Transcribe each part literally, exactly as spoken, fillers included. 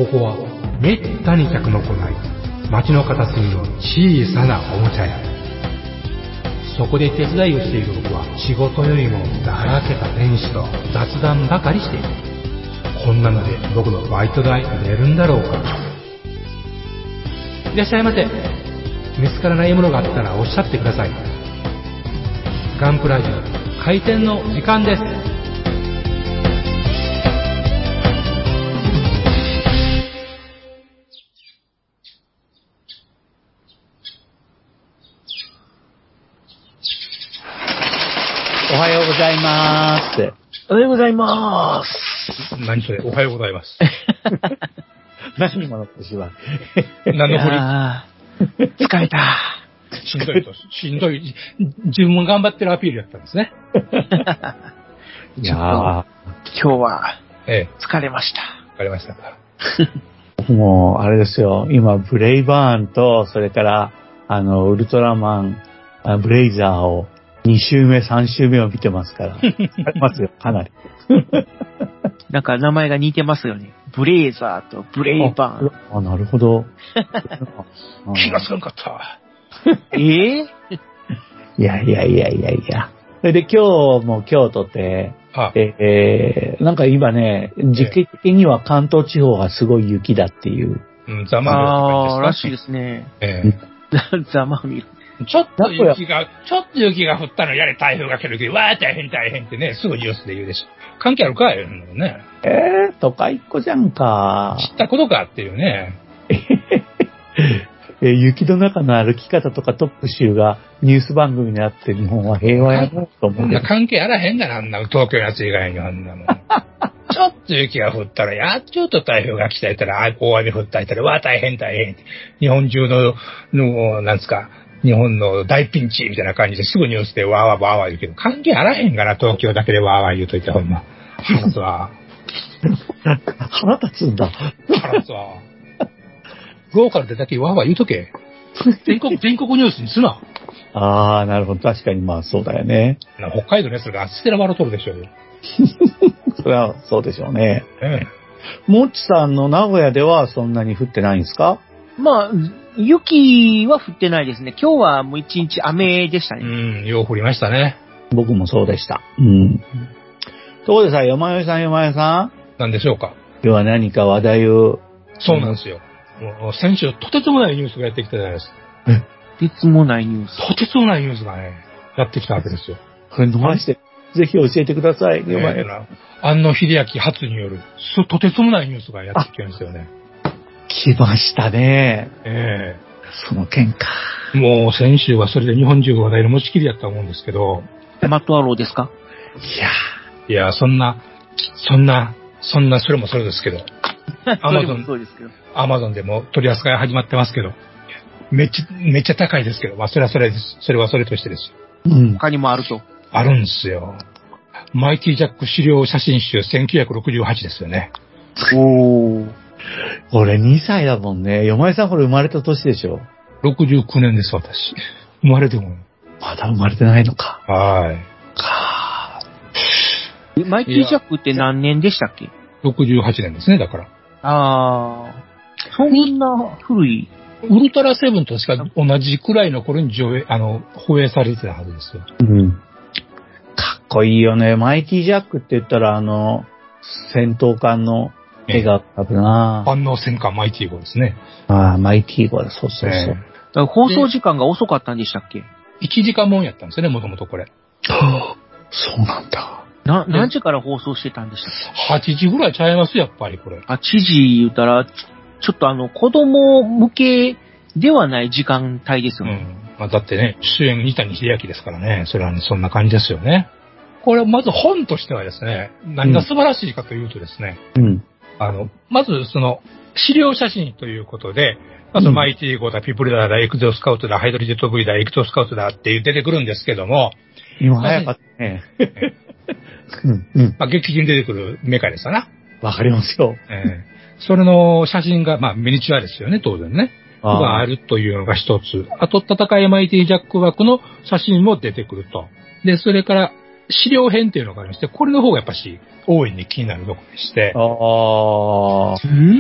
ここはめったに客の来ない街の片隅の小さなおもちゃ屋。そこで手伝いをしている僕は仕事よりもだらけた店主と雑談ばかりしている。こんなので僕のバイト代出るんだろうか。いらっしゃいませ。見つからないものがあったらおっしゃってください。ガンプラジオ開店の時間です。 おはようございまーすって。 おはようございまーす。 何それ、おはようございます。 何今の年は。 何の振り疲れた。 しんどいと、しんどい。自分も頑張ってるアピールやったんですね。 いやー、 今日は、 ええ、 疲れました。 疲れましたか。 もう、あれですよ。今、ブレイバーンと、それから、あの、ウルトラマン、あブレイザーを、に週目、さん週目を見てますから。疲れますよ、かなり。 なんか名前が似てますよね。ブレイザーとブレイバーン。 あ、なるほど。 気がつかなかった。 えぇ、 いやいやいやいやいや。それで今日も今日とて、 あえー、なんか今ね、時期的には関東地方がすごい雪だっていう。 うん、ざまみろって感じですか。 あー、らしいですね。 ええ。ざまみろ。 ちょっと雪が、ちょっと雪が降ったのやれ台風が来るけど、わー大変大変ってね、すぐニュースで言うでしょ。関係あるかいうのね。 えー、都会っ子じゃんか。 知ったことかっていうね。 えー、雪の中の歩き方とか特集がニュース番組になって日本は平和やなと思う。 そんな関係あらへんがな、あんな東京のやつ以外にあんなもん。ちょっと雪が降ったら、やっちょっと台風が来たりたら、大雨降ったりたら、わー大変大変って。日本中の、の、なんつか、日本の大ピンチみたいな感じですぐニュースでわーわーわーわー言うけど、関係あらへんがな、東京だけでわーわー言うといて、ほんま。腹立つわ。 腹立つんだ。 腹立つわ。ローカルでだけわーわー言うとけ。全国、全国ニュースにすな。 ああ、なるほど。確かにまあそうだよね。 北海道のやつがステラ笑うとるでしょうよ。 それはそうでしょうね。 ええ。 もっちさんの名古屋ではそんなに降ってないんですか？ まあ、雪は降ってないですね。今日はもう一日雨でしたうね。 ん、よう降りましたね。 僕もそうでした。うん。ところでさ、よまよさんよまよさん。 なんでしょうか。 今日は何か話題を。 そうなんですよ。もう先週とてつもないニュースがやってきたじゃないですか。 とてつもないニュース。 とてつもないニュースがね、やってきたわけですよ。 これ伸ばして、ぜひ教えてください。 ねよまよ。 安野秀明初による、そとてつもないニュースがやってきたんですよね。 来ましたね。 えその件か。 え。もう先週はそれで日本中話題の持ちきりやったと思うんですけど。 マットアローですか？ いやいや、そんな、そんな、そんな、それもそれですけど。アマゾン、 そうですけど。 アマゾンでも取り扱い始まってますけど。めっちゃ、めっちゃ高いですけど。まあ、それはそれです。それはそれとしてですよ。 ー。うん。 他にもあると。 あるんですよ。マイティジャック資料写真集せんきゅうひゃくろくじゅうはちですよね。 おー。 俺にさいだもんね。よまよさんこれ生まれた年でしょ？ ろくじゅうきゅうねんです、私。生まれても。 まだ生まれてないのか。 はい。 かえマイティジャックって何年でしたっけ？ ろくじゅうはちねんですね、だから。 あー。そんな古い。 ウルトラセブンとしか同じくらいの頃に上映、あの、放映されてたはずですよ。 うん。かっこいいよね。マイティジャックって言ったら、あの、戦闘艦の絵が浮かぶな。 万能戦艦マイティ号ですね。 ああ、マイティ号だ。そうそうそう。 えだから放送時間が遅かったんでしたっけ？ えいちじかんもんやったんですよね、もともとこれ。 はあ、そうなんだ。 な、何時から放送してたんでしたっけ？ はちじぐらいちゃいますやっぱりこれ。 はちじ言うたら、ちちょっとあの、子供向けではない時間帯ですうよね。 ん。まあ、だってね、主演二谷秀明ですからね。それはね、そんな感じですよね。これ、まず本としてはですね、何が素晴らしいかというとですね、 うん。 あの、まずその、資料写真ということで、まずマイティ号だ、ピプルダーだ、エクゾスカウトだ、ハイドリジェット V だ、エクゾスカウトだって出てくるんですけども、 今早かったね。うんうん。 まあ、劇中に出てくるメカですわな。 わかりますよ。 えーそれの写真が、まあ、ミニチュアですよね、当然ね。 あーがあるというのが一つ。あと、戦いマイティジャック枠の写真も出てくると。で、それから、資料編っていうのがありまして、これの方がやっぱし、大いに気になるところでして。 ああ。 ん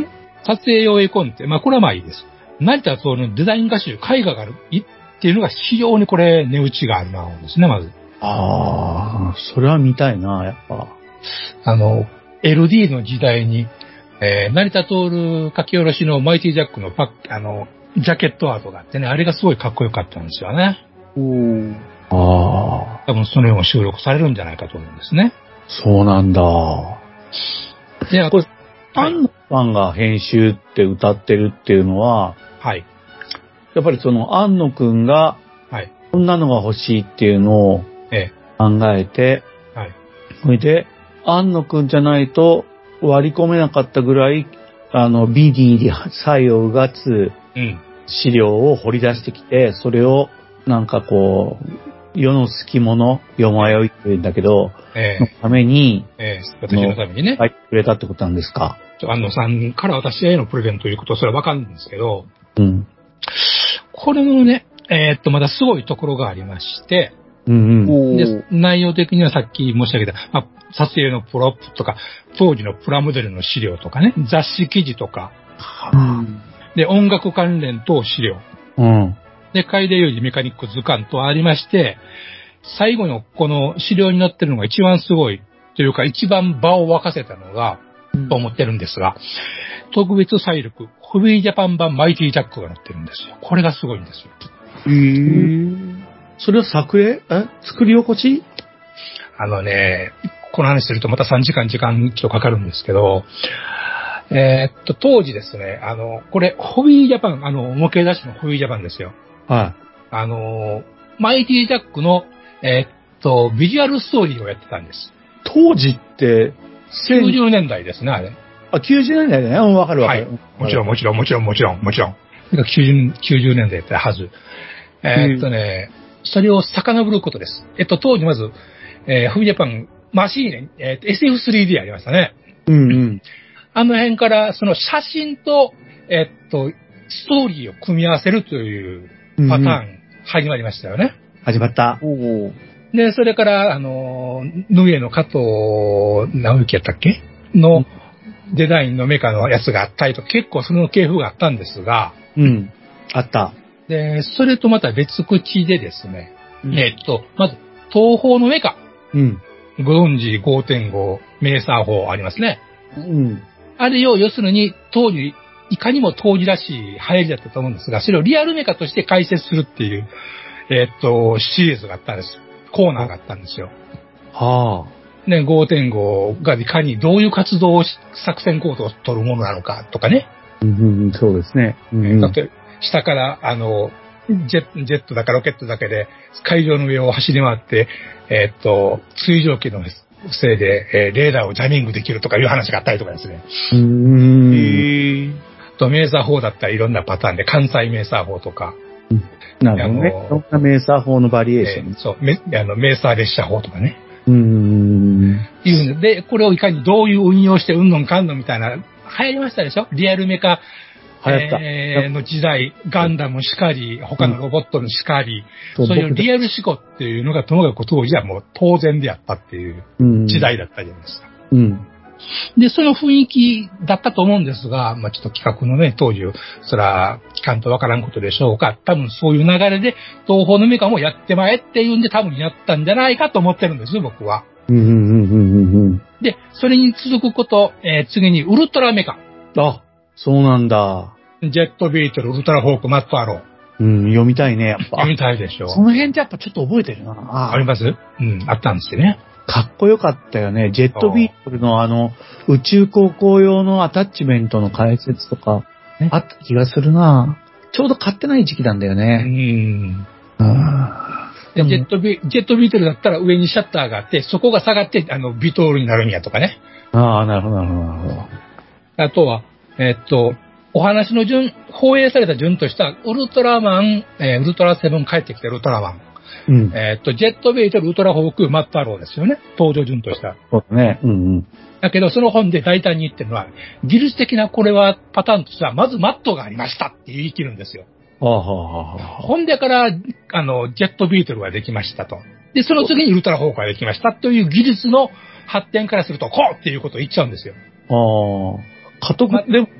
撮影用絵コンテ、まあこれはまあいいです。成田徹のデザイン画集、絵画があるっていうのが非常にこれ値打ちがあるな思うんですね、まず。 ああ、それは見たいな、やっぱ。 あの、エルディー の時代に、えー、成田徹書き下ろしのマイティジャックのパッ、あの、ジャケットアートがあってね、あれがすごいかっこよかったんですよね。 おー。 ああ。 多分そのように収録されるんじゃないかと思うんですね。 そうなんだ。 で、あこれ、 はい安野さんが編集って歌ってるっていうのは、 はい。 やっぱりその安野くんが、 はい。 こんなのが欲しいっていうのをえ考えて、 え。はい。 それで、安野くんじゃないと割り込めなかったぐらい、あの、ビディに作用がつうん。 資料を掘り出してきて、それをなんかこう、世の好き者、世迷いって言うんだけど、 えのために、 え。ええ。私のためにね。 書いてくれたってことなんですか。 安野さんから私へのプレゼントということはそれはわかるんですけど、 うん。 これもね、えーっと、まだすごいところがありまして、 うんうん。 おでー。 内容的にはさっき申し上げた、まあ、撮影のプロップとか、当時のプラモデルの資料とかね、雑誌記事とか、 うん。 で、音楽関連等資料、 うん。 で、海嶺有事メカニック図鑑とありまして、最後のこの資料に載ってるのが一番すごいというか、一番場を沸かせたのが、と思ってるんですが、特別再録、ホビージャパン版マイティジャックが載ってるんですよ。これがすごいんですよ。 へー。それは作例え作り起こしあのね、この話するとまたさんじかん時間ちょっとかかるんですけど、えーっと、当時ですね、あの、これ、ホビージャパン、あの、模型雑誌のホビージャパンですよ。 はあの、マイティジャックの、えーっと、ビジュアルストーリーをやってたんです。 い。当時って、 きゅうじゅうねんだいですね、あれ。 あ、きゅうじゅうねんだいだね。うん、わかるわかる。 はい。もちろん、もちろん、もちろん、もちろん、もちろん。きゅうじゅう、きゅうじゅうねんだいやったはず。えーっとね、それを遡ることです。えっと、当時まず、えー、ホビージャパン、マシーネ、えーっと、エスエフスリーディー ありましたね。 うんうん。 あの辺から、その写真と、えっと、ストーリーを組み合わせるというパターン、始まりましたよね。 始まった。 おー。 で、それから、あの、ヌエの加藤直之やったっけのデザインのメカのやつがあったりと、結構その系譜があったんですが、 うん。あった。 で、それとまた別口でですね、 うんえっと、まず、東方のメカ。 うん。 ご存知 ごてんご メーサー砲ありますね。 うん。 あれを、要するに、当時、いかにも当時らしい流行りだったと思うんですが、それをリアルメカとして解説するっていう、えっと、シリーズがあったんです。コーナーがあったんですよ。 はあ。 ね、ごてんご がいかにどういう活動をし、作戦行動を取るものなのかとかね。 うんうん、そうですね。うんうん、 だって、下から、あの、ジェジェットだかロケットだけで海上の上を走り回って、えっと、水蒸気のせいで、えーレーダーをジャミングできるとかいう話があったりとかですね。 うーん。 へー。 と、メーサー砲だったらいろんなパターンで、関西メーサー砲とか、 なるほどね。 あのいろんなメーサー法のバリエーション。 えーそう、メあのメーサー列車砲とかね。 うーん。 いうので、これをいかにどういう運用してうんのんかんのみたいな、流行りましたでしょリアルメカ、 流行った。 えーの時代、ガンダムしかり、他のロボットのしかり、 そうそういう僕リアル思考っていうのがともかく当時はもう当然であったっていううん時代だったじゃないですか。 うん。 で、その雰囲気だったと思うんですが、まあちょっと企画のね、当時、そら、聞かんとわからんことでしょうか。多分そういう流れで、東方のメカもやってまえっていうんで多分やったんじゃないかと思ってるんですよ、僕は。 うんうんうんうんうんで、それに続くこと、えー次にウルトラメカ。 うん。あ、そうなんだ。 ジェットビートル、ウルトラホーク、マットアロー。 うん、読みたいね、やっぱ。 読みたいでしょその辺ってやっぱちょっと覚えてるな。あありますうん、あったんですよね。 かっこよかったよね。ジェットビートルのあの、宇宙航行用のアタッチメントの解説とか、 ねあった気がするな。ちょうど買ってない時期なんだようね。 ん。 うんででもジェットビ、ジェットビートルだったら上にシャッターがあって、そこが下がって、あの、ビトールになるんやとかね。 ああ、なるほど、なるほど、なるほど。 あとは、えっと、お話の順、放映された順とした、ウルトラマン、えーウルトラセブン帰ってきたウルトラマン。 うん。 えっと、ジェットビートル、ウルトラホーク、マットアローですよね。登場順とした。 そうだね。うんうん。 だけど、その本で大胆に言ってるのは、技術的なこれはパターンとしては、まずマットがありましたって言い切るんですよ。 はあ、はあはあはほんでから、あの、ジェットビートルができましたと。で、その次にウルトラホークができましたという技術の発展からすると、こうっていうことを言っちゃうんですよ。 あ、ああ。加藤までも、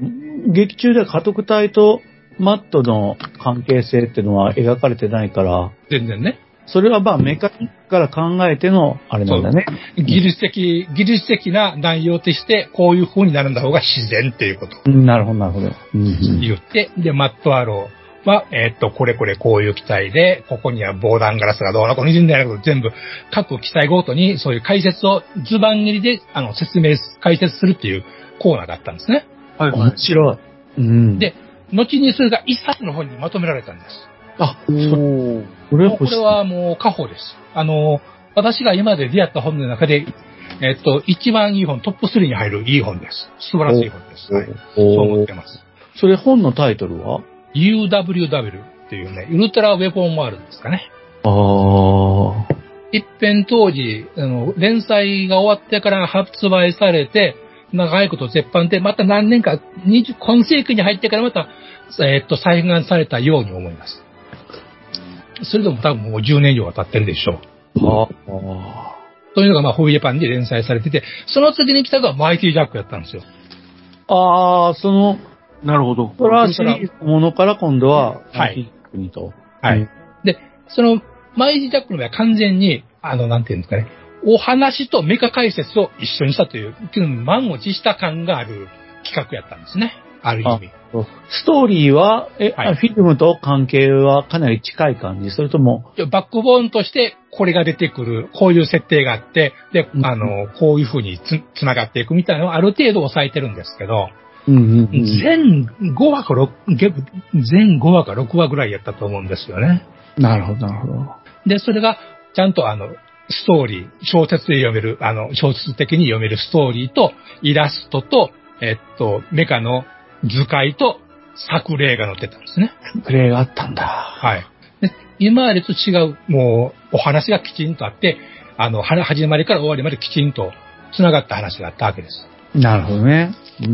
劇中では家督隊とマットの関係性っていうのは描かれてないから、 全然ね。 それはまあメカニックから考えてのあれなんだね。 技術的、技術的な内容として、こういう風になるんだ方が自然っていうことをなるほど、なるほど。うんうん、 言って、で、マットアローは、えーっと、これこれこういう機体で、ここには防弾ガラスがどうのこうのみたいなこと全部、各機体ごとにそういう解説をズバン切りで、あの、説明、解説するっていうコーナーだったんですね。 はいはい。 面白い。うん。 で、後にそれが一冊の本にまとめられたんです。 あ、 おーこれはこれはもう家宝です。あの、私が今まで出会った本の中で、えっと、一番いい本、トップスリーに入るいい本です。素晴らしい本です。はい。そう思ってます。 それ本のタイトルはユーダブリューダブリュー っていうね、ウルトラウェポンワールドですかね。 ああ。 一遍当時、あの、連載が終わってから発売されて、長いこと絶版で、また何年か、にじゅう今世紀に入ってからまた、えっと、再販されたように思います。それでも多分もうじゅうねん以上は経ってるでしょう。はあ。というのが、まあ、ホビージャパンで連載されてて、その次に来たのはマイティジャックやったんですよ。 ああ、その、 なるほど。 トラシリーズのものから今度は、 はい。 マイティジャックにと。 はい。で、その、マイティジャックの場合は完全に、あの、なんていうんですかね、お話とメカ解説を一緒にしたという、満を持した感がある企画やったんですね。ある意味。 ストーリーは、え、はい、フィルムと関係はかなり近い感じ？それとも。 バックボーンとしてこれが出てくる、こういう設定があって、で、うん、あの、こういう風につ、つながっていくみたいなのをある程度抑えてるんですけど、 うんうんうん、 全ごわかろく、全ごわかろくわぐらいやったと思うんですよね。 なるほど、なるほど。 で、それが、ちゃんとあの、ストーリー、小説で読める、あの、小説的に読めるストーリーと、イラストと、えっと、メカの図解と作例が載ってたんですね。 作例があったんだ。 はい。で今までと違う、もう、お話がきちんとあって、あの、始まりから終わりまできちんと繋がった話があったわけです。 なるほどね。うん、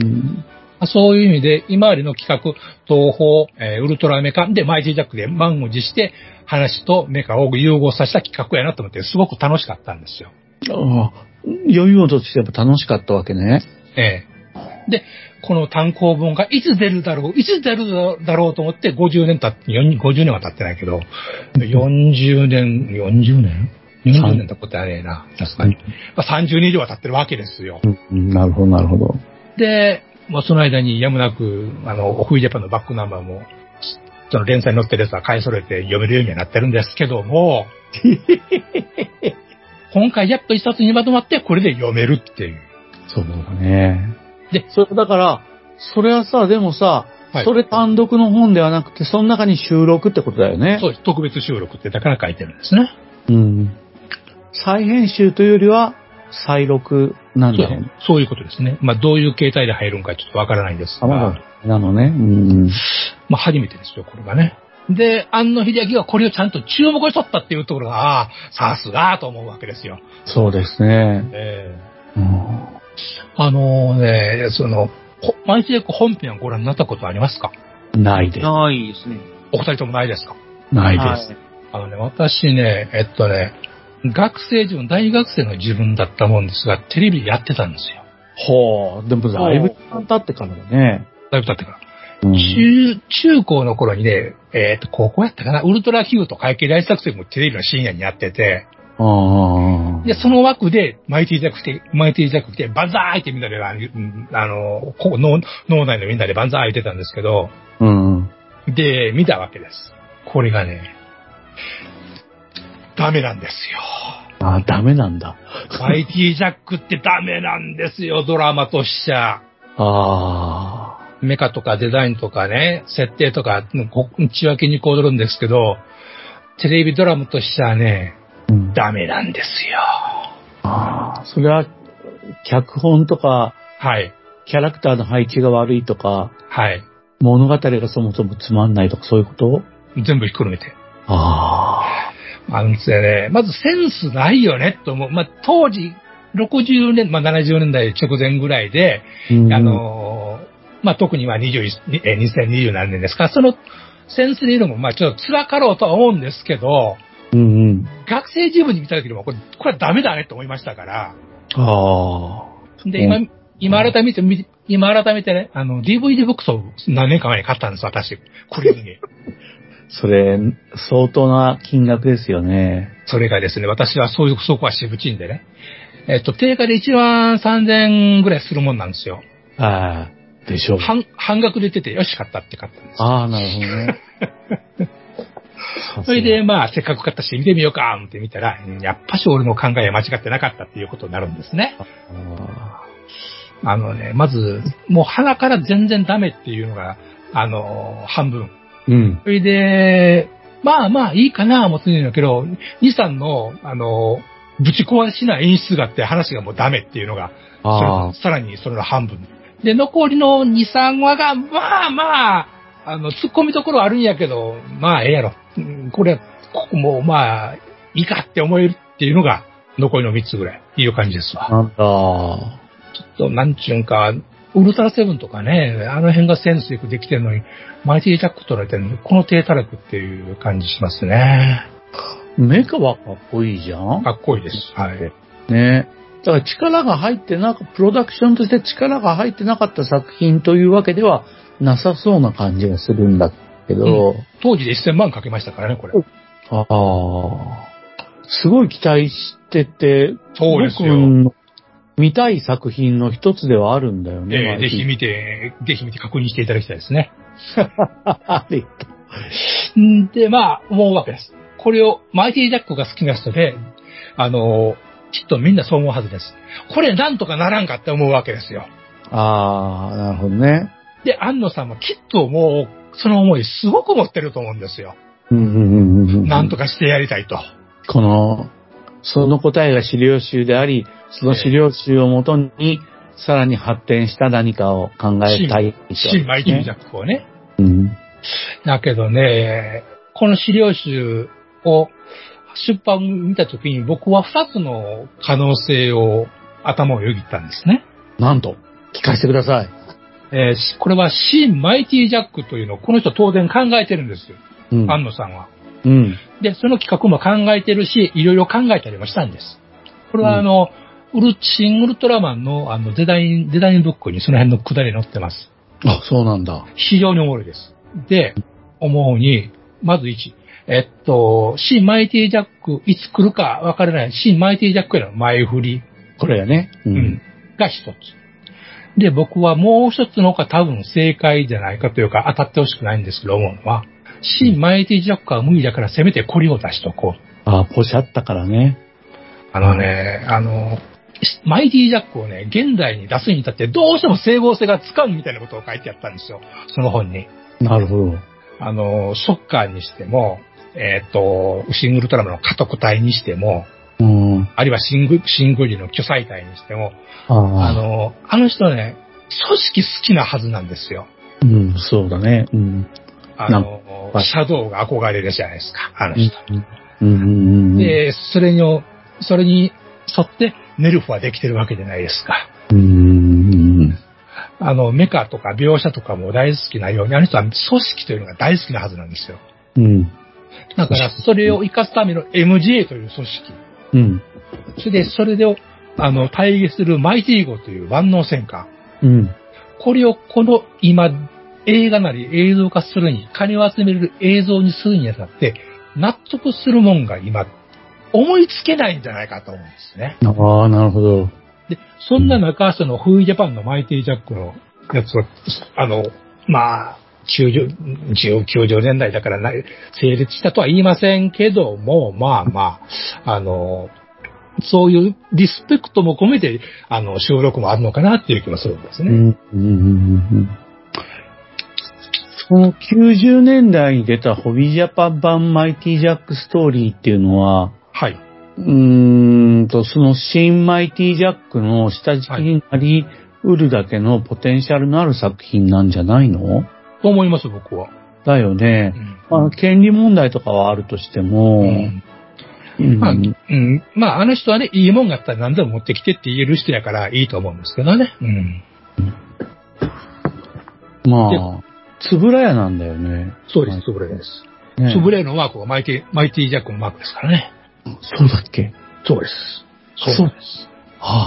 そういう意味で、今までの企画、東宝、えー、ウルトラメカでマイティジャックで満を持して、話とメカを融合させた企画やなと思って、すごく楽しかったんですよ。 ああ、余裕をとしてやっぱ楽しかったわけね。 ええ。で、この単行本がいつ出るだろう、いつ出るだろうと思ってごじゅうねん経って、ごじゅうねんは経ってないけど、よんじゅうねん、よんじゅうねん ?よんじゅうねんってことはねえな、確かに。まあ、さんじゅうねん以上は経ってるわけですよ。 うん、なるほど、なるほど。 で、まあ、その間にやむなく、あの、オフィジャパンのバックナンバーも、その連載に載ってるやつは買い揃えて読めるようにはなってるんですけども、今回やっと一冊にまとまってこれで読めるっていう。 そうだね。 で、 それだから、それはさ、でもさ、はい、それ単独の本ではなくて、その中に収録ってことだよね。 そうです。特別収録ってだから書いてるんですね。 うん。再編集というよりは、再録なんだろうね。 そう、そういうことですね。まあ、どういう形態で入るんかちょっとわからないんですが。 まあ、なのね。うん。 まあ、初めてですよ、これがね。で、庵野秀明がこれをちゃんと注目しとったっていうところが、ああ、さすがと思うわけですよ。 そうですね。 ええーうん、あのね、その、マイティジャック本編をご覧になったことありますか？ ないです。 ないですね。 お二人ともないですか？ ないです。はい、 あのね、私ね、えっとね、学生自分、大学生の自分だったもんですが、テレビやってたんですよ。 ほう、でもだいぶ経ってからだね。 だいぶ経ってから。うん、中、中高の頃にね、えっと、高校やったかな、ウルトラ Q と怪奇大作戦もテレビの深夜にやってて、 あで、その枠で、マイティジャックで、マイティジャックで、バンザーイってみんなで、あの、ここ脳、脳内のみんなでバンザーイってたんですけど、 うん、 で、見たわけです。これがね、ダメなんですよ。 ああ、ダメなんだ。 マイティジャックってダメなんですよ、ドラマとしちゃ。 ああ。 メカとかデザインとかね、設定とか、内訳にこうどるんですけど、テレビドラマとしちゃね、うん、ダメなんですよ。 ああ、それは、脚本とか、 はい。 キャラクターの配置が悪いとか、 はい。 物語がそもそもつまんないとかそういうこと？ 全部ひっくるめて。 ああ。あのですね、まずセンスないよね、と思う。まあ、当時、ろくじゅうねん、まあ、ななじゅうねんだい直前ぐらいで、うん、あの、まあ、特にはにじゅう、えにせんにじゅう何年ですか、そのセンスでいるのも、まあ、ちょっと辛かろうとは思うんですけど、 うんうん、 学生自分に見た時にも、これ、これはダメだねと思いましたから。 ああ。 で、今、 今改めて、今改めてね、あの、ディーブイディー ボックスを何年か前に買ったんです、私。クリームに。 それ、相当な金額ですよね。 それがですね、私はそういう、そこは渋ちんでね。えっと、定価でいちまんさんぜんえんぐらいするもんなんですよ。 ああ、でしょう。 半、半額で出てて、よし、買ったって買ったんです。 ああ、なるほどね。 それで、まあ、せっかく買ったし、見てみようか、って見たら、やっぱし俺の考えは間違ってなかったっていうことになるんですね。あのね、まず、もう鼻から全然ダメっていうのが、あの、半分。 うん。 それで、まあまあいいかな思ってるんだけど、にさんの、あの、ぶち壊しな演出があって話がもうダメっていうのが、 あさらにそれの半分。で、残りのに、さんわが、まあまあ、あの、突っ込みどころあるんやけど、まあええやろ。これは、ここもまあ、いいかって思えるっていうのが、残りのみっつぐらい、いう感じですわ。 なんだ。 ちょっと、なんちゅうんか、ウルトラセブンとかね、あの辺がセンスよくできてるのに、マイティジャック取られてるのに、この低たらくっていう感じしますね。 メカはかっこいいじゃん。 かっこいいです。はい。 ね。だから力が入ってなく、プロダクションとして力が入ってなかった作品というわけではなさそうな感じがするんだけど。うん、 当時でせんまんかけましたからね、これ。 ああ。すごい期待してて、 そうですよ。 僕見たい作品の一つではあるんだよね。 えー、ぜひ見て、ぜひ見て確認していただきたいですね。 ありがとう。で、まあ、思うわけです。これを、マイティジャックが好きな人で、あの、きっとみんなそう思うはずです。これなんとかならんかって思うわけですよ。 ああ、なるほどね。 で、安野さんもきっともう、その思いすごく持ってると思うんですよ。 うんうんうんうん、 なんとかしてやりたいと。 この、その答えが資料集であり、その資料集をもとに、さらに発展した何かを考えたい、ね。 新マイティジャックをね。 うん。 だけどね、この資料集を出版を見たときに僕は二つの可能性を頭をよぎったんですね。 なんと、聞かせてください。 えー、これは新マイティジャックというのをこの人当然考えてるんですよ。うん、安野さんは。 うん。 で、その企画も考えてるし、いろいろ考えたりもしたんです。これはあの、うん、ウルシン・ウルトラマンのあのデザイン、デザインブックにその辺のくだり載ってます。 あ、そうなんだ。 非常におもろいです。で、思うに、まずいち、えっと、新マイティジャック、いつ来るか分からない、新マイティジャックへの前振り。 これやね。 うん。うん、が一つ。で、僕はもう一つの方が多分正解じゃないかというか当たってほしくないんですけど思うのは、新マイティジャックは無理だからせめてコリを出しとこう。 ああ、ポシャったからね。 あのね、あの、マイティジャックをね、現代に出すに至ってどうしても整合性がつかんみたいなことを書いてあったんですよ。その本に。 なるほど。 あの、ショッカーにしても、えっと、シングルトラムの家督隊にしても、 うん、 あるいはシング、シングリの巨彩隊にしても、 あ, あの、あの人ね、組織好きなはずなんですよ。 うん、そうだね。うん。 あの、シャドウが憧れるじゃないですか、あの人。 うんうんうん、 で、それに、それに沿ってネルフはできてるわけじゃないですか。 うん、 あの、メカとか描写とかも大好きなように、あの人は組織というのが大好きなはずなんですよ。 うん。 だから、それを活かすための エムジェー という組織。 うん。 それで、それで、あの、対義するマイティーゴという万能戦艦。 うん。 これをこの今、映画なり映像化するに、金を集める映像にするにあたって、納得するもんが今、思いつけないんじゃないかと思うんですね。 ああ、なるほど。 で、そんな中、その、フーイジャパンのマイティジャックのやつを、あの、まあ、きゅうじゅう、きゅうじゅうねんだいだからな、成立したとは言いませんけども、まあまあ、あの、そういうリスペクトも込めて、あの、収録もあるのかなっていう気もするんですね。 うんうんうんうん、そのきゅうじゅうねんだいに出たホビージャパン版マイティジャックストーリーっていうのは、 はい。 うーんと、その新マイティジャックの下敷きになりうるだけのポテンシャルのある作品なんじゃないの？ と思います、僕は。 だよね。うん、まあ、権利問題とかはあるとしても、うんうんまあ、うん。まあ、あの人はね、いいもんがあったら何でも持ってきてって言える人やからいいと思うんですけどね。うん。 まあ、つぶらやなんだよね。 そうです、つぶらやです。ね、つぶらやのマークがマイティ、マイティジャックのマークですからね。 そうだっけ？ そうです。そうです。 はあ。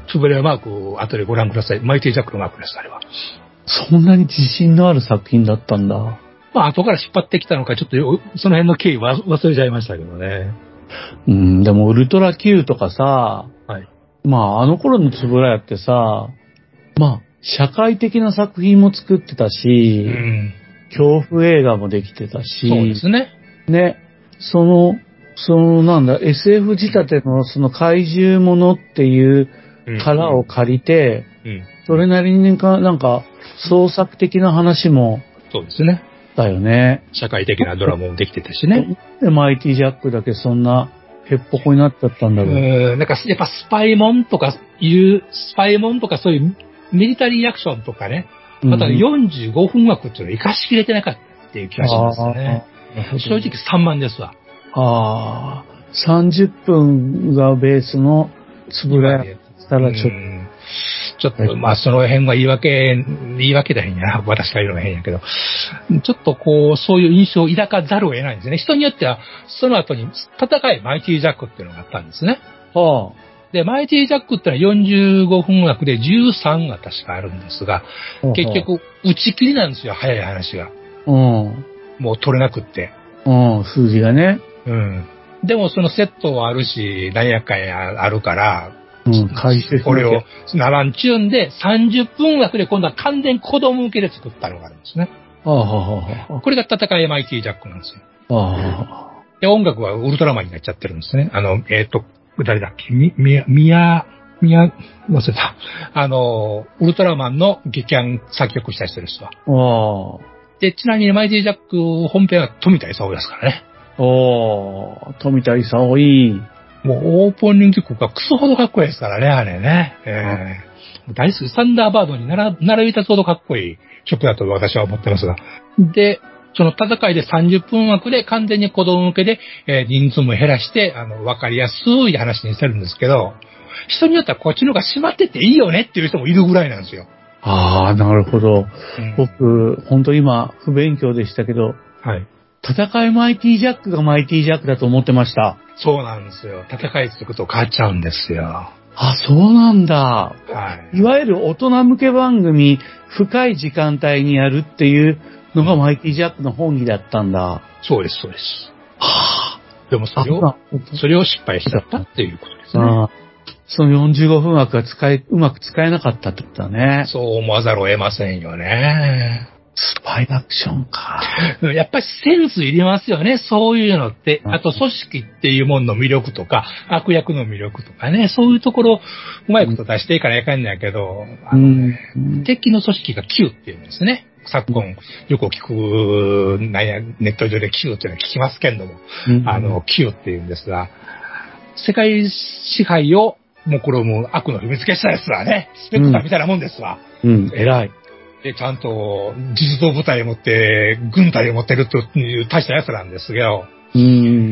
つぶれマークを後でご覧ください。マイティジャックのマークです、あれは。 そんなに自信のある作品だったんだ。 まあ、後から引っ張ってきたのか、ちょっとよその辺の経緯は忘れちゃいましたけどね。 うん、でもウルトラ Q とかさ、 はい。 まあ、あの頃のつぶらやってさ、まあ、社会的な作品も作ってたし、 うん。 恐怖映画もできてたし、 そうですね。 ね、その、そのなんだ、エスエフ 仕立てのその怪獣ものっていう殻を借りて、 うん。うん、 それなりにか、なんか、創作的な話も、 そうですね。 だよね。 社会的なドラマもできてたしね。 で、マイティジャックだけそんな、へっぽこになっちゃったんだろう。 うん、なんか、やっぱスパイモンとかいう、スパイモンとかそういうミリタリーアクションとかね、またよんじゅうごふん枠っていうのを生かしきれてなかったっていう気がしますね。正直さんまんですわ。 ああ、さんじゅっぷんがベースのつぶらやったらちょっと。 ちょっと、まあ、その辺は言い訳、言い訳だへんやな。私が言うのが変やけど。ちょっとこう、そういう印象を抱かざるを得ないんですね。人によっては、その後に戦いマイティジャックっていうのがあったんですね。 はあ。 で、マイティジャックってのはよんじゅうごふん枠でじゅうさんが確かあるんですが、結局、打ち切りなんですよ、早い話が。 うん。 もう取れなくって。 うん、数字がね。 うん。でもそのセットはあるし、何やかんやあるから、 うん、解説これを、ならんちゅうんで、さんじゅっぷん枠で今度は完全子供向けで作ったのがあるんですね。 ああ、はあ、はあ。 これが戦いマイティジャックなんですよ。 ああ。 で、音楽はウルトラマンになっちゃってるんですね。あの、えっ、ー、と、誰だっけみ、みや、みや、みや、忘れた。あの、ウルトラマンの劇案作曲した人ですわ。 ああ。 で、ちなみにマイティジャック本編は富田勲ですからね。 おー、富田勲いい。 もうオープニング曲がクソほどかっこいいですからね、あれね。えー、大好き。サンダーバードに並び立つほどかっこいい曲だと私は思ってますが。で、その戦いでさんじゅっぷん枠で完全に子供向けで、えー、人数も減らして、あの、わかりやすい話にしてるんですけど、人によってはこっちの方が締まってていいよねっていう人もいるぐらいなんですよ。 ああ、なるほど。 うん、 僕、本当今、不勉強でしたけど、 はい。 戦いマイティジャックがマイティジャックだと思ってました。 そうなんですよ。戦いつくと変わっちゃうんですよ。 あ、そうなんだ。 はい。いわゆる大人向け番組、深い時間帯にやるっていうのがマイティジャックの本意だったんだ。 そうです、そうです。 はあ。 でもそれを、それを失敗しちゃったっていうことですね。ああ、 そのよんじゅうごふん枠が使い、うまく使えなかったってことだね。 そう思わざるを得ませんよね。 スパイアクションか。 やっぱりセンスいりますよね、そういうのって。あと組織っていうものの魅力とか、悪役の魅力とかね、そういうところをうまいこと出していかないかんねやけど、あのね、うん、敵の組織が Q っていうんですね。昨今、よく聞く、なんや、ネット上で Q っていうのは聞きますけれども、うん、あの、Q っていうんですが、世界支配を目論む悪の秘密結社ですわね。スペクターみたいなもんですわ。 うん、うん、偉い。 で、ちゃんと実動部隊を持って、軍隊を持ってるという大した奴なんですけど、 うん。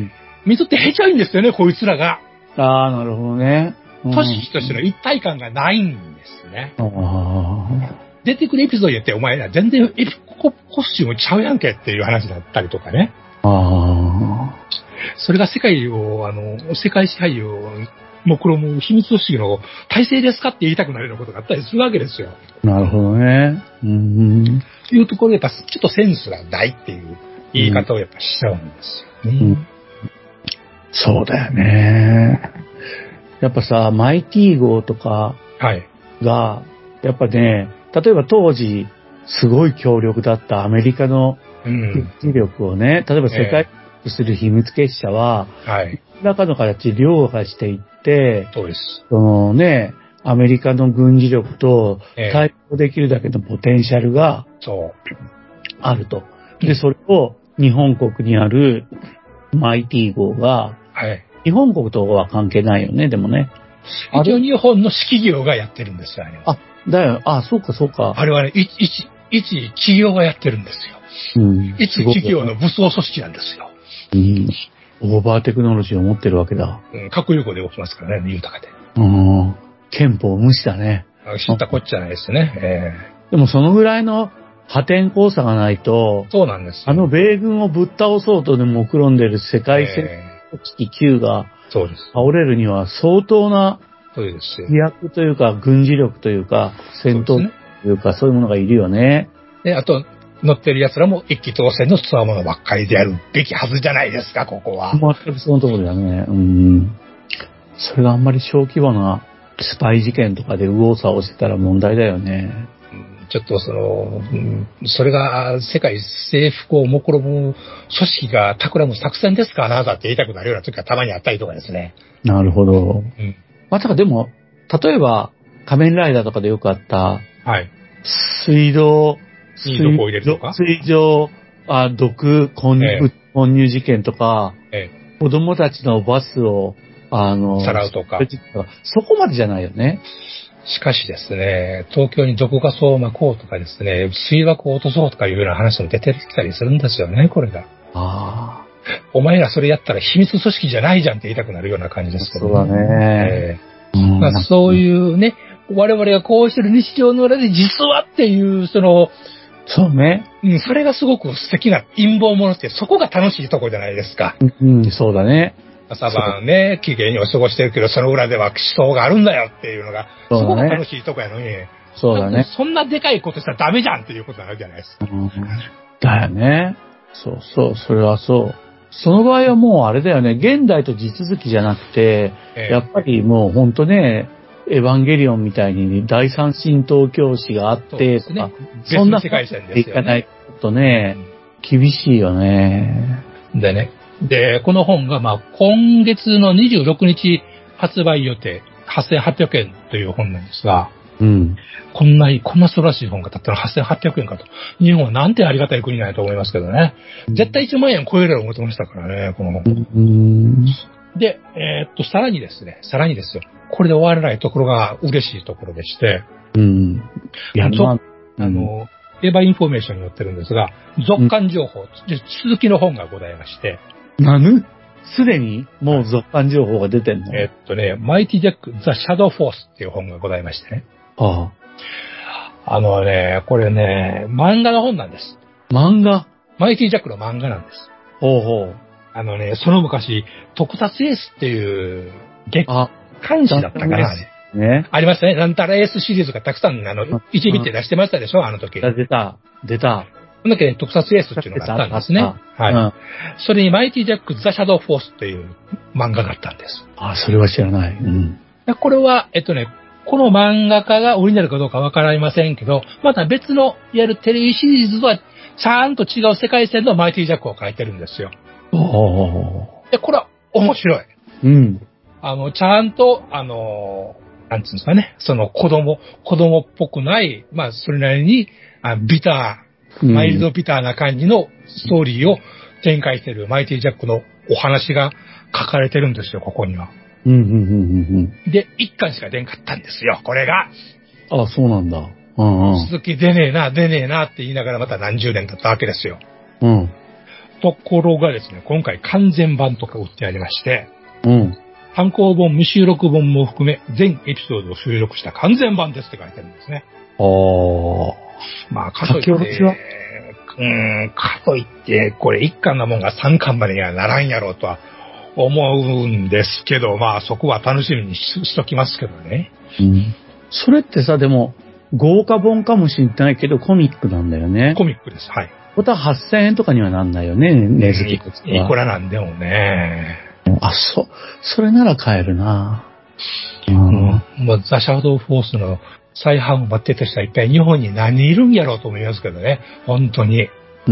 見とってへちゃいんですよね、こいつらが。 ああ、なるほどね。 組織としての一体感がないんですね。 ああ。 出てくるエピソードやって、お前ら全然エピコ、コスチュームちゃうやんけっていう話だったりとかね。 ああ。 それが世界を、あの、世界支配を目論む秘密組織の体制ですかって言いたくなるようなことがあったりするわけですよ。 なるほどね。うん。 というところで、やっぱちょっとセンスがないっていう言い方をやっぱしちゃうんですよね。うん、 そうだよね。やっぱさ、マイティー号とかが、はい、やっぱね、例えば当時、すごい強力だったアメリカの軍事力をね、うん、例えば世界とする秘密結社は、 えー、はい。 何らかの形で凌駕していって、 そうです。 そのね、アメリカの軍事力と対抗できるだけのポテンシャルがあると。で、それを日本国にあるマイティー号が、 はい、 日本国とは関係ないよね、でもね。 一応日本の指揮業がやってるんですよ、あれは。 あ、だよ、あ、そうか、そうか。 あれはね、一、一、一企業がやってるんですよ。うん。一企業の武装組織なんですよ。 うん。オーバーテクノロジーを持ってるわけだ。 うん、核融合で起きますからね、豊かで。 うん。憲法無視だね。 知ったこっちゃないですね。えー、でもそのぐらいの破天荒さがないと、 そうなんですよ。 あの米軍をぶっ倒そうとでも目論んでる世界戦組織 Q が倒れるには相当なそうですよ。 飛躍というか、軍事力というか、戦闘というか、そういうものがいるよね。 で、あと、乗ってる奴らも一気当選の強者ばっかりであるべきはずじゃないですか、ここは。 全くそのところだね。うん。それがあんまり小規模なスパイ事件とかで右往左往してたら問題だよね。 ちょっとその、それが世界征服を目論む組織が企む作戦ですか、あなたって言いたくなるような時がたまにあったりとかですね。 なるほど。うん、 まさかでも、例えば仮面ライダーとかでよくあった、 はい。 水道、 水道を入れるとか水上、あ、毒混入、ええ、混入事件とか、 ええ、 子供たちのバスを、あの、 さらうとか。 そこまでじゃないよね。 しかしですね、東京に毒ガスを撒こうとかですね、水爆を落とそうとかいうような話も出てきたりするんですよね、これが。 ああ。 お前らそれやったら秘密組織じゃないじゃんって言いたくなるような感じですけどね。 そうだね。 えーまあ、そういうね、我々がこうしてる日常の裏で実はっていう、その、 そうね。 うん、それがすごく素敵な陰謀ものって、そこが楽しいとこじゃないですか。 うん、そうだね。 朝晩ね、機嫌にお過ごしてるけど、その裏では思想があるんだよっていうのが、そ, ね、そこが楽しいとこやのに、 そうだね。 そんなでかいことしたらダメじゃんっていうことになるじゃないですか。うん、 だよね。そうそう、それはそう。その場合はもうあれだよね、現代と地続きじゃなくて、えー、やっぱりもうほんとね、エヴァンゲリオンみたいに第三神道教師があってとか、 ね、 そんな世界線ですよね。 いかないとね、うん、厳しいよね。 でね、で、この本がまあ今月のにじゅうろくにち発売予定、はっせんはっぴゃくえんという本なんですが、 うん、 こんな、こんな素晴らしい本がたったのはっせんはっぴゃくえんかと。日本はなんてありがたい国なんやと思いますけどね。絶対いちまんえん超えると思ってましたからね、この本。 うん、 で、えー、っと、さらにですね、さらにですよ。これで終わらないところが嬉しいところでして、 うん。 いや、まあ、あの、エヴァインフォメーションに載ってるんですが、続刊情報、うん、続きの本がございまして。 なぬすでにもう続刊情報が出てんの？ えー、っとね、マイティジャック・ザ・シャドー・フォースっていう本がございましてね。 ああ。あのね、これね、漫画の本なんです。 漫画？ マイティジャックの漫画なんです。 ほうほう。 あのね、その昔、特撮エースっていう月刊誌だったかな、 ね。 ありましたね。なんたらエースシリーズがたくさん、あの、一ビって出してましたでしょ、あの時。 出た、出た。 そんだけ、ね、特撮エースっていうのがあったんですね。はい、うん。それにマイティジャック・ザ・シャドー・フォースっていう漫画があったんです。 あ、それは知らない。うん。 これは、えっとね、この漫画家がオリジナルかどうかわかりませんけど、また別の、いわゆるテレビシリーズとは、ちゃんと違う世界線のマイティジャックを書いてるんですよ。 おで、これは面白い。 うん。 あの、ちゃんと、あの、なんつうんですかね、その子供、子供っぽくない、まあ、それなりに、あビター、マイルドビターな感じのストーリーを展開しているマイティジャックのお話が書かれてるんですよ、ここには。 うん、うん、うん、うん。 で、一巻しか出んかったんですよ、これが。 あ、そうなんだ。うんうん。 続き出ねえな、出ねえなって言いながらまた何十年経ったわけですよ。 うん。 ところがですね、今回完全版とか売ってありまして、 うん。 単行本、未収録本も含め、全エピソードを収録した完全版ですって書いてるんですね。 ああ。 まあ、かといって、うーん、かといって、これ一巻のもんが三巻までにはならんやろうとは思うんですけど、まあそこは楽しみに し, しときますけどね。 うん。それってさ、でも、豪華本かもしれないけど、コミックなんだよね。 コミックです、はい。 またはっせんえんとかにはなんないよね、値付けとしては。 いくらなんでもね。 あ、そ、それなら買えるな。 うん。もうザ・シャドウ・フォースの再販を待ってた人は一体日本に何人いるんやろうと思いますけどね。本当に。 うん。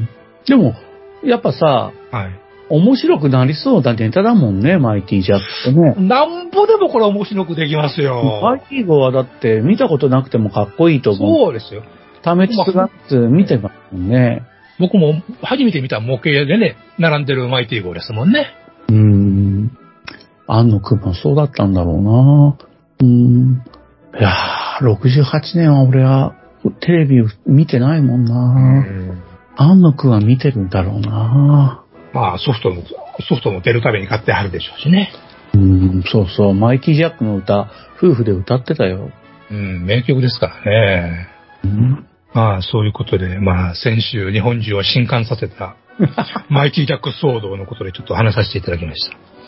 でも、やっぱさ、 はい。 面白くなりそうなネタだもんね、マイティジャックってね。 なんぼでもこれ面白くできますよ。 マイティ号はだって見たことなくてもかっこいいと思う。 そうですよ。 試しがつ見てますもんね。 僕も初めて見た模型でね、並んでるマイティ号ですもんね。 うーん。安野くんもそうだったんだろうな。うーん。いやー、ろくじゅうはちねんは俺はテレビ見てないもんな。安野くんは見てるんだろうな。 まあソフトも、ソフトも出るために買ってあるでしょうしね。 うーん、そうそう。マイティジャックの歌、夫婦で歌ってたよ。 うん、名曲ですからね。 うん、 まあそういうことで、まあ先週日本中を震撼させたマイティジャック騒動のことでちょっと話させていただきました。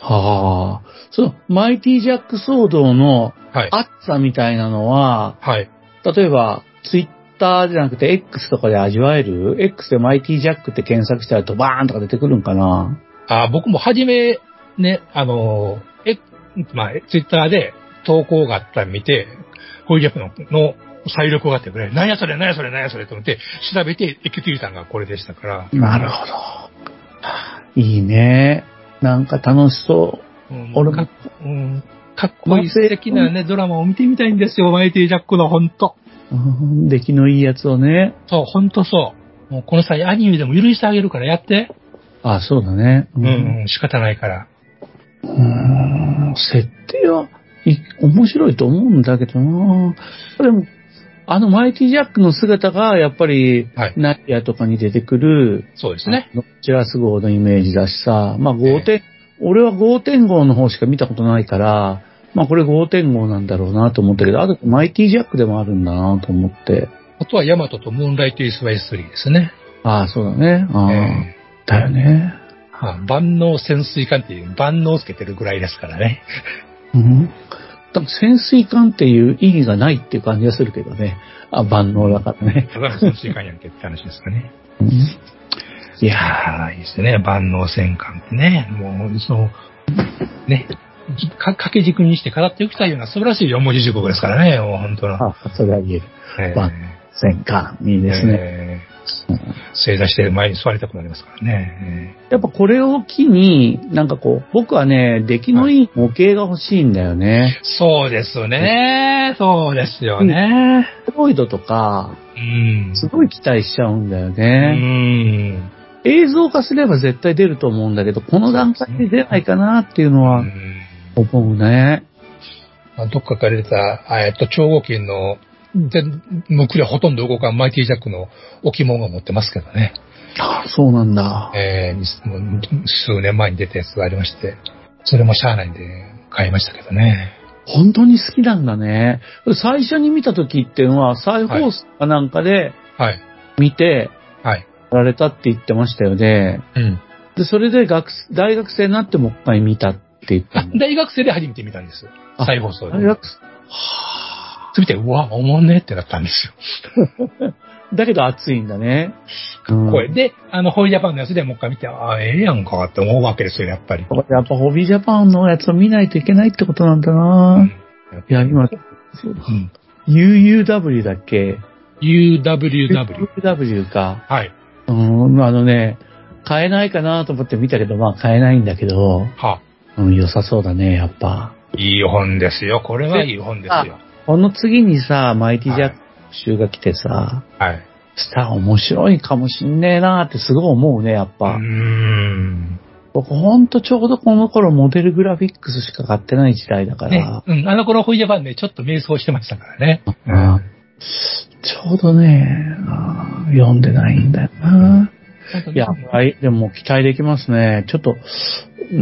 はあ。その、マイティジャック騒動のはい。 熱さみたいなのは、 はい。 例えば、ツイッターじゃなくて X とかで味わえる？ X でマイティジャックって検索したらドバーンとか出てくるんかな？ あ、僕も初め、ね、あの、え、まあ、ツイッターで投稿があったら見て、ホイジャックの、の再録があってくれ、何やそれ、何やそれ、何やそれと思って、調べて、エキュティリタンがこれでしたから。 なるほど。いいね。なんか楽しそう。 うん、 俺もか、うん、かっこいい素敵なね、ドラマを見てみたいんですよ、マイティジャックのほんと。 うん、出来のいいやつをね。 そう、ほんとそう。もうこの際アニメでも許してあげるからやって。 あ、そうだね。 うん、うん、仕方ないから。 うーん、設定はい面白いと思うんだけどな。でも、あのマイティジャックの姿がやっぱり、 はい、 ナイアとかに出てくる、 そうですね。 ノッチラス号のイメージだしさ、まあごてん、 え俺はごてん号の方しか見たことないから、まあこれごてん号なんだろうなと思ったけど、あとマイティジャックでもあるんだなと思って。 あとはヤマトとムーンライトイーストバイストリーですね。 ああ、そうだね。ああ、 えだよね。 ーはあ、万能潜水艦っていう万能をつけてるぐらいですからね。 うん。多分潜水艦っていう意義がないっていう感じがするけどね。あ、万能だからね。 ただの潜水艦やんけって話ですかね。 うん、いいややー、いいですね。万能戦艦ってね。もう、その、ね、か掛け軸にして語っておきたいような素晴らしい四文字熟語ですからね。もう本当の。 あ、それは言える。 えー万能戦艦。いいですね。 えうん、 ー正座して前に座りたくなりますからね。 やっぱこれを機に、なんかこう、僕はね、出来のいい模型が欲しいんだよね。 そうですね。そうですよね。 ステロイドとか、 うん。 すごい期待しちゃうんだようね。 ん。 映像化すれば絶対出ると思うんだけど、この段階で出ないかなっていうのは思うね。 うん、どっかから出た、えっと、超合金の、で、向くりはほとんど動かんマイティジャックの置物を持ってますけどね。 あ、そうなんだ。 えー、もう数年前に出たやつがありまして、それもしゃあないんで買いましたけどね。 本当に好きなんだね。最初に見た時っていうのは、再放送かなんかではい。 見て、 はい。 やられたって言ってましたよね。 うん。 で、それで学、大学生になってもう一回見たって言ったあの。 大学生で初めて見たんですよ。再放送で。 大学生。 それ見て、うわ、おもんねってなったんですよ。 だけど熱いんだね。 これで、あの、ホイジャパンのやつでもう一回見て、ああ、ええやんかって思うわけですよ、やっぱり。 やっぱホビージャパンのやつを見ないといけないってことなんだな、うん、いや、今、そうだ。うん、ユーユーダブリュー だっけ ? ユーダブリューダブリュー。 ユーダブリュー か。 はい。 うん、あのね、買えないかなと思って見たけど、まあ買えないんだけど、 はうん、良さそうだね、やっぱ。 いい本ですよ。これはいい本ですよ。 この次にさ、マイティジャック集が来てさ、 はい。 したら面白いかもしんねえなーってすごい思うね、やっぱ。 うーん。 僕ほんとちょうどこの頃モデルグラフィックスしか買ってない時代だから。 ね、うん、あの頃ホイジャパンね、ちょっと迷走してましたからね。 うん、ちょうどね、読んでないんだよな。いや、はい、でも期待できますね。ちょっと、うん、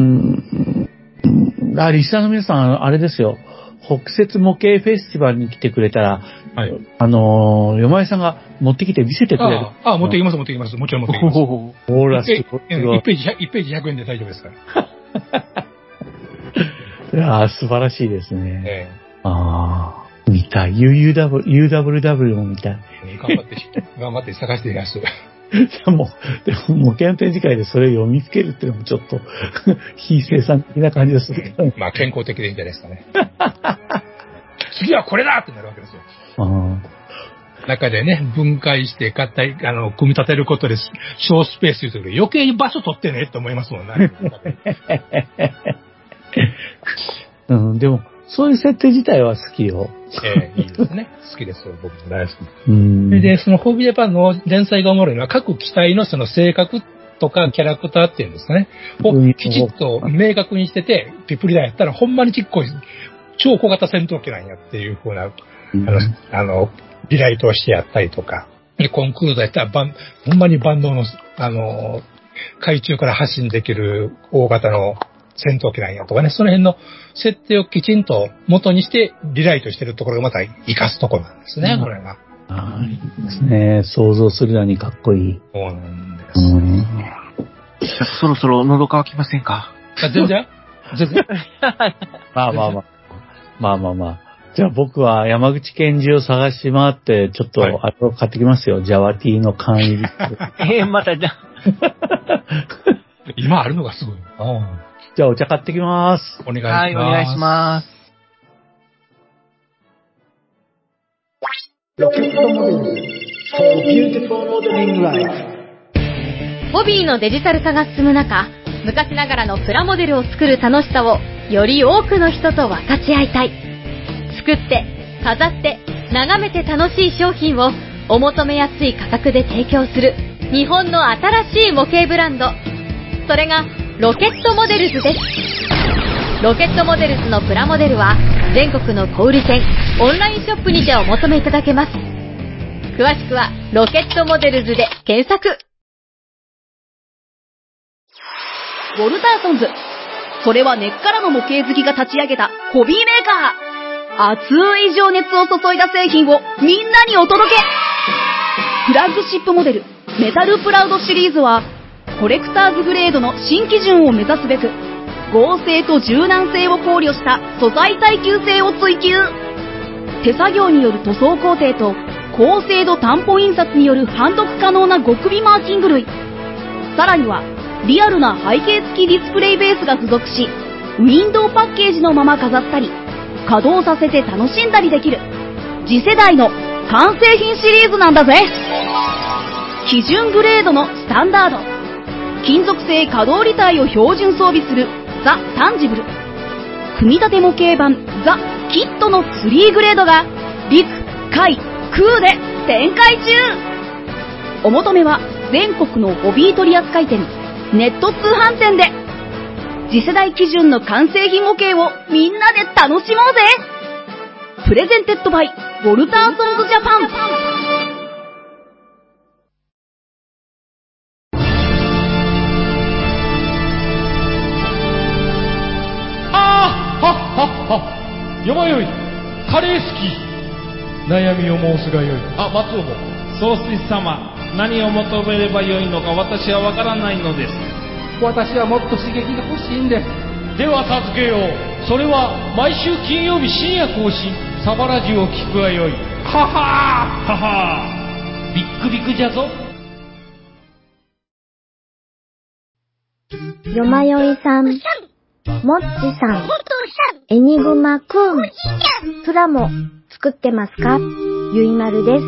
あ、リスナーの皆さん、あれですよ。北摂模型フェスティバルに来てくれたら、はい、あのー、よまえさんが持ってきて見せてくれる。 ああ、持ってきます、持ってきます。もちろん持ってきます。 ほら、すごい。 いちページ、いちページひゃくえんで大丈夫ですから。 いやー、素晴らしいですね。 ええ、 ああ、見たい。ユーユーダブリュー、ユーダブリューダブリュー も見たい。 頑張って、頑張って探しています。 でも、でも、模型の展示会でそれを読みつけるっていうのもちょっと、非生産的な感じがするけど、ね。 まあ、健康的でいいんじゃないですかね。次はこれだってなるわけですよ。 あ中でね、分解して合体、あの、組み立てることです。小スペース言うと余計に場所取ってねって思いますもんね。 うん、でも、そういう設定自体は好きよ。 ええ、いいですね。好きですよ。僕も大好き。 うん、 で、そのホビージャパンの連載がおもろいのは、各機体のその性格とかキャラクターっていうんですかね。をきちっと明確にしてて、ピプリダやったらほんまにちっこい、超小型戦闘機なんやっていう風な、あの、あの、リライトをしてやったりとか。で、コンクルードやったら、ばん、ほんまに万能の、あの、海中から発信できる大型の戦闘機なんやとかね、その辺の設定をきちんと元にしてリライトしてるところがまた活かすところなんですね、うん、これが。 ああ、いいですね。想像するのにかっこいい。 そうなんです。 うん、 そろそろ喉乾きませんか？ あ、全然全然。 まあまあまあ。まあまあまあ。じゃあ僕は山口県中を探し回って、ちょっとあれを買ってきますよ。ジャワティーの缶入り。 えー、またじゃ今あるのがすごい。あじゃあお茶買ってきます。 お願いします。はい、お願いします。 ロケットモデル for beautiful modeling life。 ホビーのデジタル化が進む中、昔ながらのプラモデルを作る楽しさをより多くの人と分かち合いたい。作って、飾って、眺めて楽しい商品をお求めやすい価格で提供する日本の新しい模型ブランド。それがロケットモデルズです。ロケットモデルズのプラモデルは全国の小売店、オンラインショップにてお求めいただけます。詳しくはロケットモデルズで検索。 ウォルターソンズ。それは根っからの模型好きが立ち上げたホビーメーカー。熱い情熱を注いだ製品をみんなにお届け。フラッグシップモデルメタルプラウドシリーズはコレクターズグレードの新基準を目指すべく合成と柔軟性を考慮した素材耐久性を追求。手作業による塗装工程と高精度担保印刷による判読可能な極微マーキング類、さらにはリアルな背景付きディスプレイベースが付属し、ウィンドウパッケージのまま飾ったり稼働させて楽しんだりできる次世代の完成品シリーズなんだぜ。基準グレードのスタンダード、金属製可動履帯を標準装備するザ・タンジブル、組み立て模型版ザ・キットのスリーグレードが陸・海・空で展開中。お求めは全国のホビー取扱店、ネット通販店で。次世代基準の完成品模型をみんなで楽しもうぜ。プレゼンテッドバイウォルターソンズジャパン。 あーはっはっは。よまよいカレー好き。悩みを申すがよい。あ、松尾も総帥様、何を求めればよいのか私はわからないのです。 私はもっと刺激が欲しいんです。では授けよう。それは毎週金曜日深夜更新、サバラジュを聞くがよい。ははーははー、ビックビックじゃぞ。 よまよいさん、もっちさん、エニグマくん、プラモ作ってますか？ゆいまるです。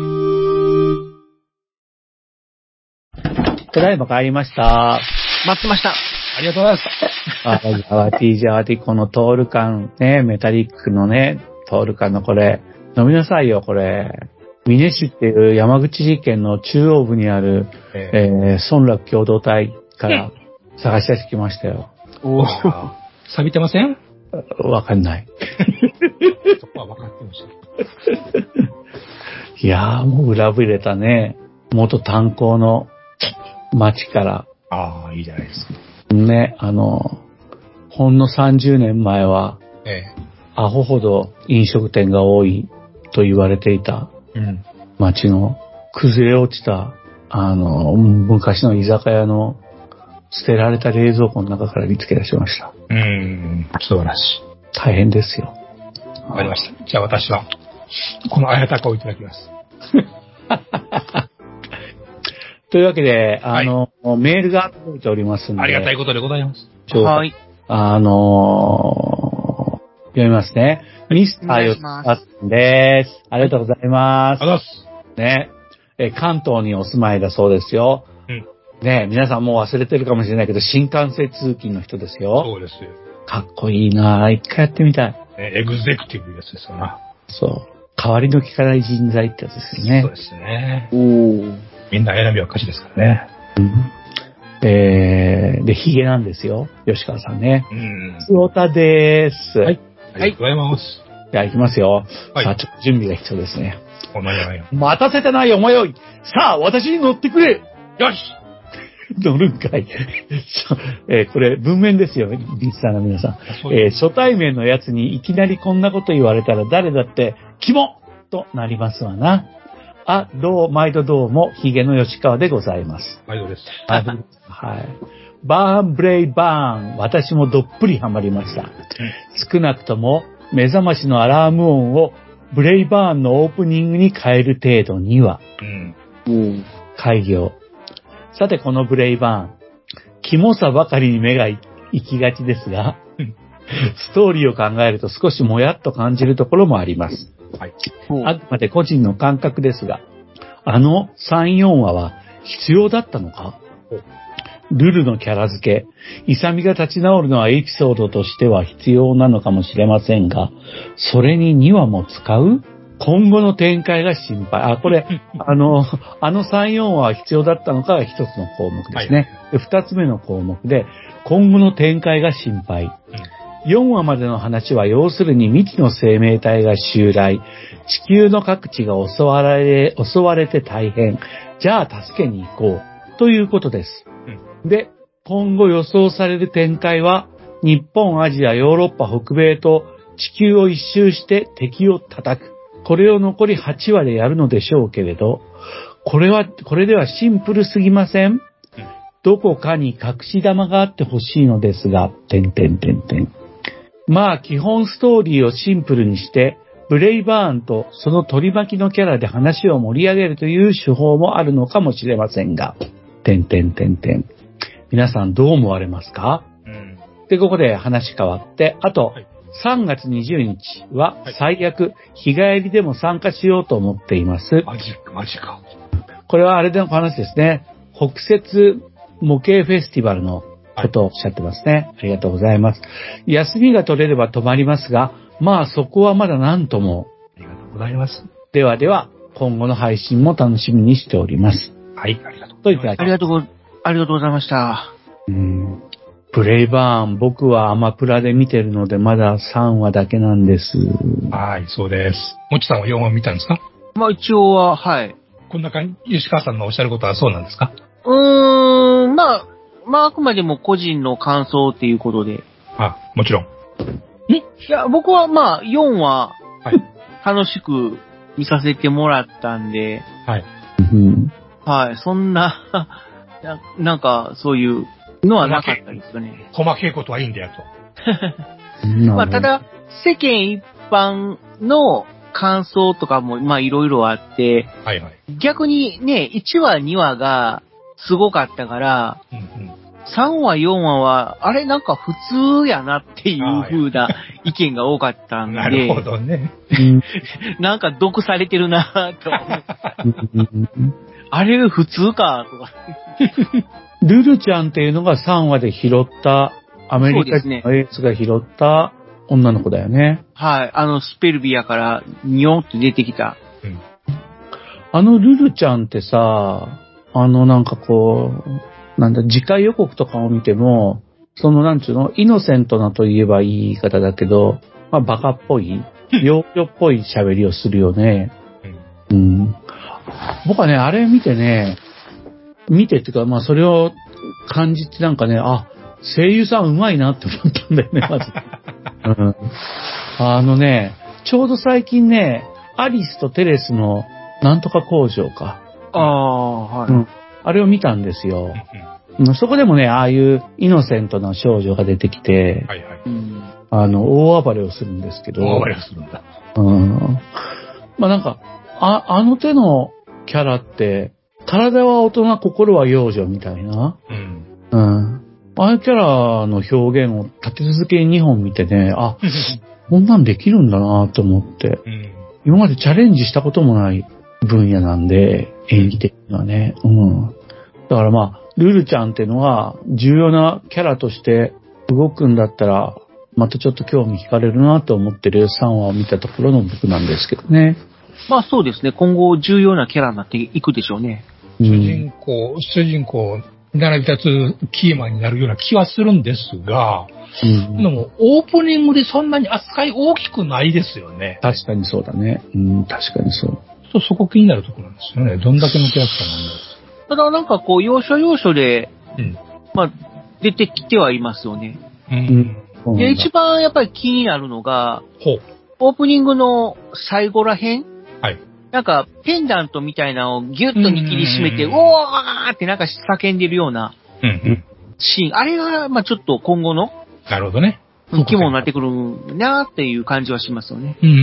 ただいま帰りました。 待ってました。 ありがとうございました。ジャワティージャワティー、このトール缶ね、メタリックのね、トール缶のこれ、飲みなさいよ、これ。ミネシュっていう山口事件の中央部にある、えー、えー、村落共同体から探し出してきましたよ。 おぉ。錆びてません？ わかんない。 そこは分かってました。 いやー、もう裏ぶれたね、元炭鉱の町から。 ああ、いいじゃないですか。 ね、あの、ほんのさんじゅうねんまえは、ええ、アホほど飲食店が多いと言われていた町の崩れ落ちた、あの、昔の居酒屋の捨てられた冷蔵庫の中から見つけ出しました。 うーん、素晴らしい。 大変ですよ。 わかりました。じゃあ私は、このあやたかをいただきます。 というわけで、あの、はい、メールが届いておりますので。 ありがたいことでございます。 はい。 あのー、読みますね。ミスターヨタさんです。ありがとうございます。 ありがとうございます。 ね。え、関東にお住まいだそうですよ。うん。ね、皆さんもう忘れてるかもしれないけど、新幹線通勤の人ですよ。 そうですよ。 かっこいいなぁ。一回やってみたい。ね、 エグゼクティブいうやつですよな。 そう。代わりの効かない人材ってやつですよね。 そうですね。 おー。 みんな選びは勝ちですからね。 うん。えー、で、ヒゲなんですよ。吉川さんね。 うん。 つおたでーす。 はい。ありがとうございます。 じゃあ行きますよ。はい。さあ、ちょっと準備が必要ですね。 お前やよ。 待たせてないよ、お前よい。さあ、私に乗ってくれ。 よし乗るんかい。えー、これ、文面ですよ、リスナーの皆さん。えー、初対面のやつにいきなりこんなこと言われたら誰だって、キモとなりますわな。あ、どう、毎度どうも、ヒゲの吉川でございます。 毎度です。 はい。 バーンブレイバーン。私もどっぷりハマりました。少なくとも目覚ましのアラーム音をブレイバーンのオープニングに変える程度には、うん、開業。さてこのブレイバーン、キモさばかりに目が行きがちですが、ストーリーを考えると少しもやっと感じるところもあります。はい、あくまで個人の感覚ですが、あのさん、よんわは必要だったのか？ルルのキャラ付け、イサミが立ち直るのはエピソードとしては必要なのかもしれませんが、それににわも使う？今後の展開が心配。あ、これ、あの、あのさん、よんわは必要だったのかが一つの項目ですね。はい、二つ目の項目で、今後の展開が心配。うん、よんわまでの話は要するに未知の生命体が襲来、地球の各地が襲われ、襲われて大変。じゃあ助けに行こう。ということです。うん、で、今後予想される展開は、日本、アジア、ヨーロッパ、北米と地球を一周して敵を叩く。これを残りはちわでやるのでしょうけれど、これは、これではシンプルすぎません？どこかに隠し玉があってほしいのですが、点点点点。まあ、基本ストーリーをシンプルにして、ブレイバーンとその取り巻きのキャラで話を盛り上げるという手法もあるのかもしれませんが、点点点点。皆さんどう思われますか？うん、で、ここで話変わって、あと、はいさんがつにじゅうにちは最悪、はい、日帰りでも参加しようと思っています。 マジか、マジか。 これはあれの話ですね。北摂模型フェスティバルのことをおっしゃってますね。はい、ありがとうございます。休みが取れれば泊まりますが、まあそこはまだ何とも。 ありがとうございます。 ではでは、今後の配信も楽しみにしております。 はい、ありがとうございます。 ありがとうご、ありがとうございました。 うんブレイバーン、僕はアマプラで見てるので、まださんわだけなんです。 はい、そうです。もちさんはよんわ見たんですか？ まあ一応は、はい。 こんな感じ、吉川さんのおっしゃることはそうなんですか？ うーん、まあ、まああくまでも個人の感想っていうことで。 あ、もちろん。 え？いや、僕はまあよんわ、はい、楽しく見させてもらったんで、 はい。 はい、そんな、な, なんかそういう、のはなかったですよね。 細けいことはいいんだよと。 まあ、ただ、世間一般の感想とかも、まあ、いろいろあって、 はいはい、 逆にね、いちわ、にわがすごかったから、うんうん、さんわ、よんわは、あれなんか普通やなっていう風な意見が多かったんで。 なるほどね。 なんか毒されてるなと。あれ普通か、とか。 ルルちゃんっていうのがさんわで拾った、アメリカ人のエースが拾った女の子だよね。 はい。あの、スペルビアからニョンって出てきた。うん、 あのルルちゃんってさ、あのなんかこう、なんだ、次回予告とかを見ても、そのなんちゅうの、イノセントなと言えばいい言い方だけど、まあバカっぽい、幼女っぽい喋りをするよね。うん。うん、僕はね、あれ見てね、見てっていうか、まあそれを感じてなんかね、あ、声優さん上手いなって思ったんだよね、まず。うん、あのね、ちょうど最近ね、アリスとテレスのなんとか工場か。 ああ、はい、 うん。あれを見たんですよ。うん、そこでもね、ああいうイノセントな少女が出てきて、はいはい、あの、大暴れをするんですけど。 大暴れをするんだ。 うん。まあなんか、あ、あの手のキャラって、体は大人、心は幼女みたいな。うん。うん。ああいうキャラの表現を立て続けににほん見てね、あ、こんなんできるんだなと思って、うん。今までチャレンジしたこともない分野なんで、演技的にはね。うん。だからまあ、ルルちゃんっていうのは重要なキャラとして動くんだったら、またちょっと興味惹かれるなと思ってるさんわを見たところの僕なんですけどね。 まあそうですね。今後重要なキャラになっていくでしょうね。 主人公、主人公、並び立つキーマンになるような気はするんですが、うん、でもオープニングでそんなに扱い大きくないですよね。 確かにそうだね。うん、確かにそう。 そうそこ気になるところなんですよね。どんだけのキャラクターなんだろう。 ただなんかこう、要所要所で、うん、まあ、出てきてはいますよね。うん。で、一番やっぱり気になるのが、ほう。オープニングの最後らへんはい。なんか、ペンダントみたいなのをギュッと握りしめて、うおーってなんか叫んでるような、うんうん、 シーン。あれが、まあちょっと今後の。 なるほどね。 肝になってくるなっていう感じはしますよね。 うん。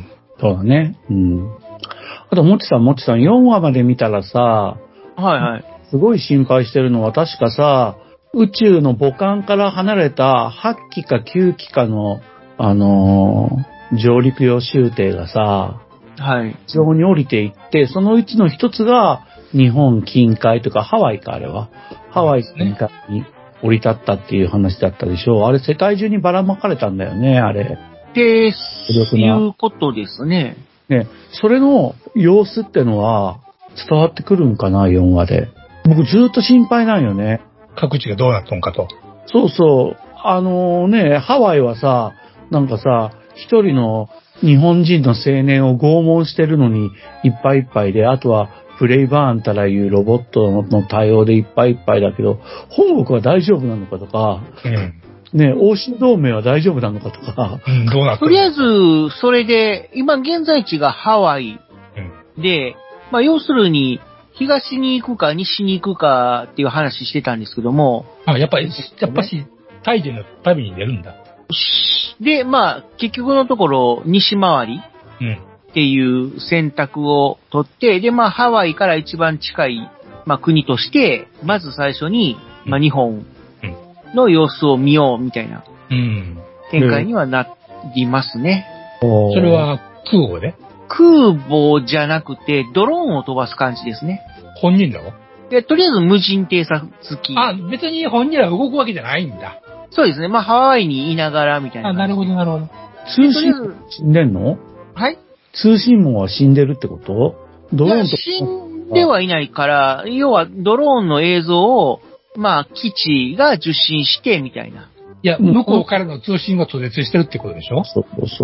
そうだね。うん。あと、もちさん、もちさん、よんわまで見たらさ、 はいはい。 すごい心配してるのは、確かさ、宇宙の母艦から離れたはちきかきゅうきかの、あのー、上陸用舟艇がさ、 はい。 地上に降りていって、そのうちの一つが、日本近海とかハワイか、あれは。ハワイ近海に降り立ったっていう話だったでしょう。あれ世界中にばらまかれたんだよね、あれ。 で、そういうことですね。 ね、それの様子ってのは伝わってくるんかな、よんわで。僕ずっと心配なんよね。 各地がどうなっとんかと。 そうそう。あのね、ハワイはさ、なんかさ、一人の日本人の青年を拷問してるのにいっぱいいっぱいで、あとはブレイバーンたらいうロボットの対応でいっぱいいっぱいだけど、本国は大丈夫なのかとか、うん、ね、欧州同盟は大丈夫なのかとか、 うん、どうなってるのか。 とりあえず、それで、今現在地がハワイで、うん、まあ要するに、東に行くか西に行くかっていう話してたんですけども。 あ、やっぱり、やっぱし、大事の旅に出るんだ。 で、まあ、結局のところ、西回りっていう選択を取って、で、まあ、ハワイから一番近い、まあ、国として、まず最初に、まあ、日本の様子を見ようみたいな展開にはなりますね。 うん、それは空母で？ 空母じゃなくて、ドローンを飛ばす感じですね。 本人だろ？ で、とりあえず無人偵察機。 あ、別に本人は動くわけじゃないんだ。 そうですね。まあ、ハワイにいながらみたいな。 あ、なるほど、なるほど。 通信網死んでんの？ はい？ 通信網は死んでるってこと？ドローンと。 死んではいないから、要はドローンの映像を、まあ、基地が受信してみたいな。 いや、向こうからの通信が途絶してるってことでしょ？ そうそうそう。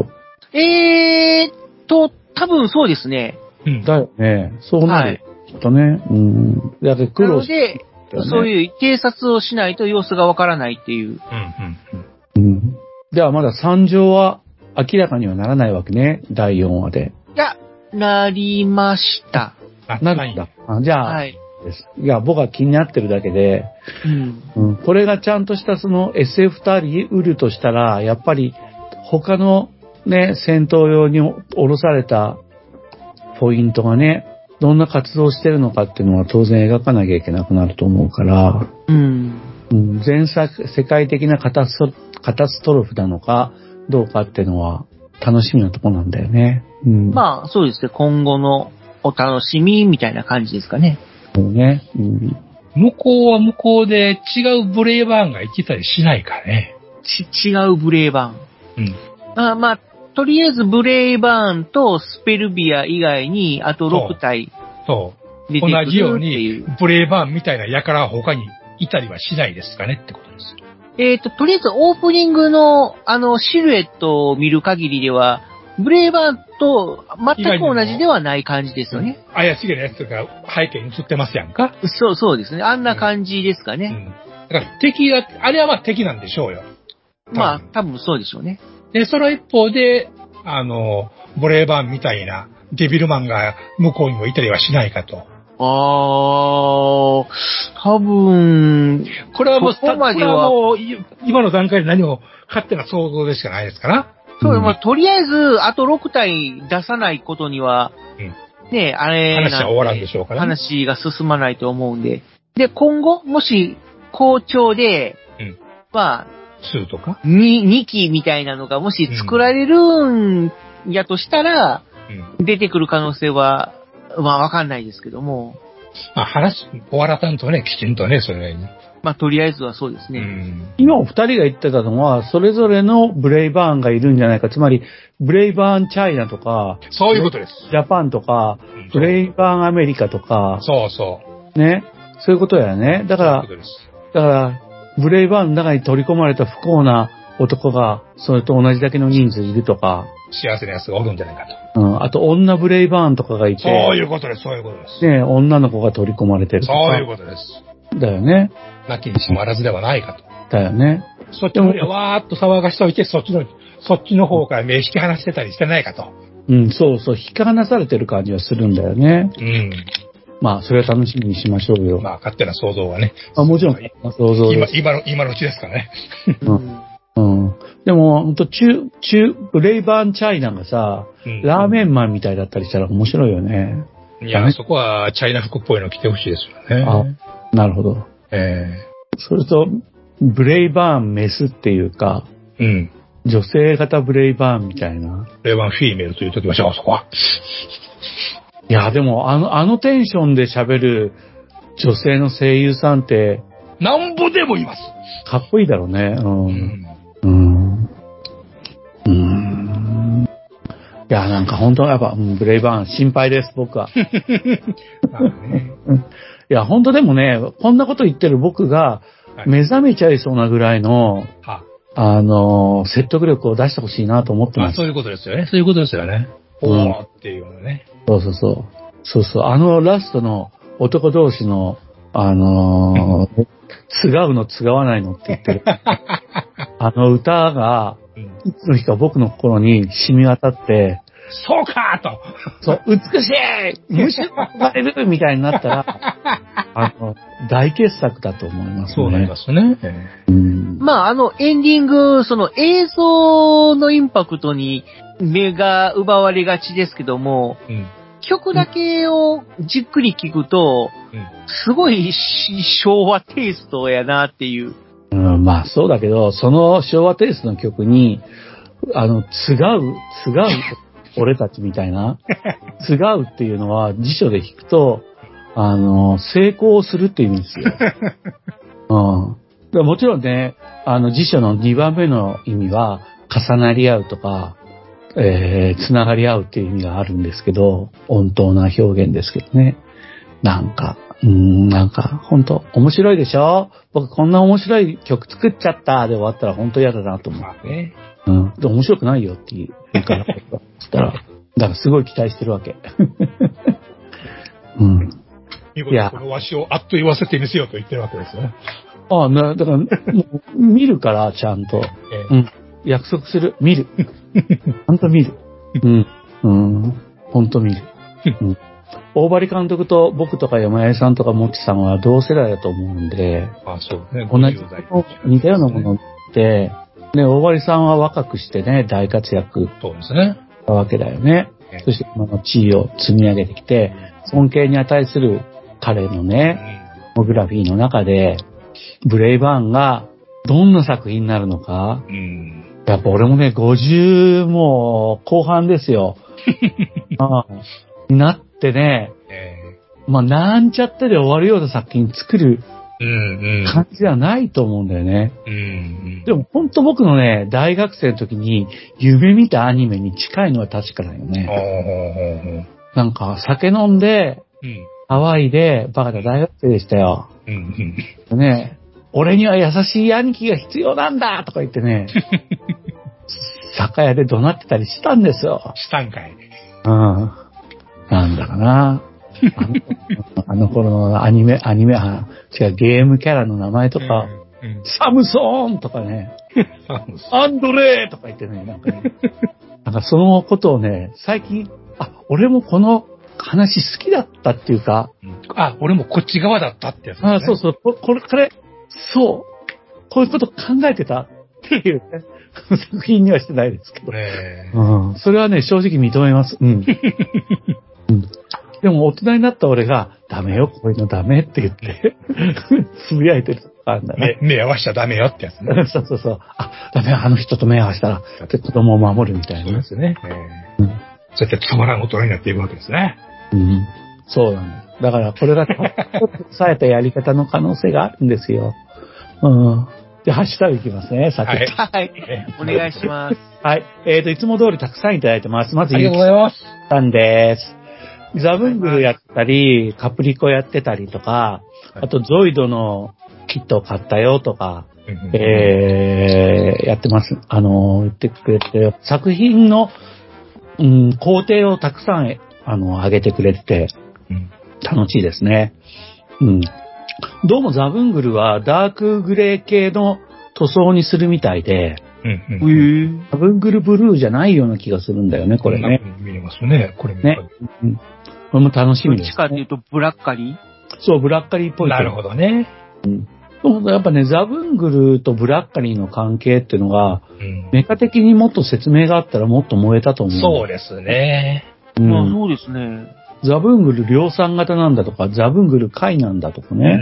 えーと、多分そうですね。 うん。だよね。そうなる。きっとね。うん。だって苦労して、 ね。そういう偵察をしないと様子がわからないっていう。うんうんうん。うん。ではまだ惨状は明らかにはならないわけね。だいよんわで。 いや、なりました。 あ、なるんだ。あ、じゃあ、 はい。 いや、僕は気になってるだけで、うんうん、これがちゃんとしたその エスエフ とあり得るとしたら、やっぱり他のね、戦闘用に降ろされたポイントがね、どんな活動してるのかっていうのは当然描かなきゃいけなくなると思うから、 うん、 前作、世界的なカタスト、カタストロフなのかどうかっていうのは楽しみなとこなんだよね。うん、 まあそうですね、今後のお楽しみみたいな感じですかね。 そうね。うん、 向こうは向こうで違うブレイバーンが生きたりしないかね。 ち、違うブレイバーン。うん。 あまあ、とりあえずブレイバーンとスペルビア以外にあとろくたいそう。そう。同じようにブレイバーンみたいな輩は他にいたりはしないですかねってことです。 えっと、とりあえずオープニングのあのシルエットを見る限りでは、ブレイバーンと全く同じではない感じですよね。 怪しげなやつが背景に映ってますやんか。 そう、そうですね。あんな感じですかね。うんうん、だから敵が、あれはまあ敵なんでしょうよ。 まあ、多分そうでしょうね。 で、その一方で、あの、ブレイバーンみたいなデビルマンが向こうにもいたりはしないかと。 あー、多分、 これはもう、ここまではもう今の段階で何も勝手な想像でしかないですから。 そう、うん、まあ、とりあえず、あとろくたい出さないことには、うん、ね、あれ話は終わらんでしょうから、ね、 話が進まないと思うんで。で、今後、もし、好調で、うん、まあ、 にとか 2, にきみたいなのがもし作られるんやとしたら、うん、出てくる可能性は、まあわかんないですけども。 まあ話、終わらさんとね、きちんとね、それに。 まあとりあえずはそうですね。うん、今お二人が言ってたのは、それぞれのブレイバーンがいるんじゃないか。つまり、ブレイバーンチャイナとか、 そういうことです。 ジャパンとか、うん、ブレイバーンアメリカとか、 そうそう。 ね。そういうことやね。だから、 そういうことです。 だから、ブレイバーンの中に取り込まれた不幸な男が、それと同じだけの人数いるとか。 幸せな奴がおるんじゃないかと。 うん。あと、女ブレイバーンとかがいて。そういうことです、そういうことです。 ね、女の子が取り込まれてるとか。 そういうことです。 だよね。 なきにしもあらずではないかと。 だよね。 そっちの方でわーっと騒がしといて、そっちの、そっちの方から目引き離してたりしてないかと。 うん、そうそう、引き離されてる感じはするんだよね。 うん。 まあ、それは楽しみにしましょうよ。 まあ、勝手な想像はね。 あ、もちろん、想像今、今の、今のうちですからね。 うん。うん。でも、ほんと、中、中、ブレイバーンチャイナがさ、うん、ラーメンマンみたいだったりしたら面白いよね。 いや、そこは、チャイナ服っぽいの着てほしいですよね。 あ、なるほど。ええー。それと、ブレイバーンメスっていうか、うん。女性型ブレイバーンみたいな。 ブレイバーンフィーメールと言っときましょう、そこは。 いや、でも、あの、あのテンションで喋る女性の声優さんって、 なんぼでもいます。 かっこいいだろうね。うん。うん。うん。いや、なんか本当やっぱ、うん、ブレイバーン心配です、僕は。まあね、いや、本当でもね、こんなこと言ってる僕が目覚めちゃいそうなぐらいの、はい、あの、説得力を出してほしいなと思ってます。 まあ、そういうことですよね。そういうことですよね。おーっていうのね。 そうそうそう。そうそう。あのラストの男同士の、あのー、つがうのつがわないのって言ってる。あの歌が、いつの日か僕の心に染み渡って、 そうかとそう、美しいむしろ憧れるみたいになったら、あの、大傑作だと思いますね。 そうなりますね。 うん、まあ、あの、エンディング、その映像のインパクトに目が奪われがちですけども、うん、曲だけをじっくり聴くと、うん、すごい昭和テイストやなっていう。 うん、まあそうだけど、その昭和テイストの曲に、あの、つがう、つがう、俺たちみたいな、つがうっていうのは辞書で引くと、あの、成功するっていう意味ですよ。うん。もちろんね、あの辞書のにばんめの意味は、重なり合うとか、えー、つながり合うっていう意味があるんですけど、温当な表現ですけどね。なんか、うーん、なんか、ほんと、面白いでしょ？僕こんな面白い曲作っちゃったで終わったらほんと嫌だなと思う。ね、うん。で面白くないよっていう言うから、つったら、だからすごい期待してるわけ。 うん。見事このわしをあっと言わせてみせようと言ってるわけですよね。 ああ、な、だから、もう見るから、ちゃんと。ええ、うん。約束する。見る。ほんと見る。うん。うん。ほんと見る。うん。大張監督と僕とか山谷さんとかもっちさんは同世代だと思うんで、 あ、そうね。 同じ似たようなものって、ね、大張さんは若くしてね、大活躍そうですね。 したわけだよね。ね、そして今の地位を積み上げてきて、尊敬に値する彼のね、モグラフィーの中で、ブレイバーンがどんな作品になるのか、うん、やっぱ俺もね、ごじゅうもう後半ですよ。ああになってね、えー、まあなんちゃってで終わるような作品作る感じではないと思うんだよね。うんうん、でも本当僕のね、大学生の時に夢見たアニメに近いのは確かだよね。なんか酒飲んで、うん、ハワイでバカな大学生でしたよ。うんうん、ね、俺には優しい兄貴が必要なんだとか言ってね、酒屋で怒鳴ってたりしたんですよ。 したんかい。 うん。なんだかな。あの, あの頃のアニメ、アニメ、あ、違う、ゲームキャラの名前とか、うんうん、サムソーンとかね、アンドレーとか言ってね、なんかね、なんかそのことをね、最近、あ、俺もこの話好きだったっていうか、 うん、あ、俺もこっち側だったってやつ、ね。 あ、そうそう、ここれ、これ、そう、こういうこと考えてたっていうね、作品にはしてないですけど、ね、うん、それはね、正直認めます。うん。うん、でも大人になった俺が、ダメよ、こういうのダメって言って、つぶやいてるとかあるんだね。 目合わしちゃダメよってやつね。 そうそうそう。あ、ダメよ、あの人と目合わせたら、って子供を守るみたいな。 そうですね。えーうん、そうやってつまらん大人になっていくわけですね。 うん。そうなんです。だからこれが、ちょっと抑えたやり方の可能性があるんですよ。うん。で、ハッシュタグいきますね、さて。 はい。お願いします。 はい。えっと、いつも通りたくさんいただいてます。まず、 ありがとうございます。 さんです。ザブングルやったり、カプリコやってたりとか、あとゾイドのキットを買ったよとか、えー、やってます。あの、言ってくれて、作品の、うん、工程をたくさん、あの、上げてくれて、楽しいですね。うん。どうもザブングルはダークグレー系の塗装にするみたいで、うんうん、ザブングルブルーじゃないような気がするんだよね、これね。 見えますね、これね。うん、 これも楽しみです、ね。 どっちかというと、ブラッカリーそう、ブラッカリーっぽい。 なるほどね。 うん。やっぱね、ザブングルとブラッカリーの関係っていうのが、うん、メカ的にもっと説明があったらもっと燃えたと思う。 そうですね。 うん、まあそうですね。 ザブングル量産型なんだとか、ザブングル貝なんだとかね。うん、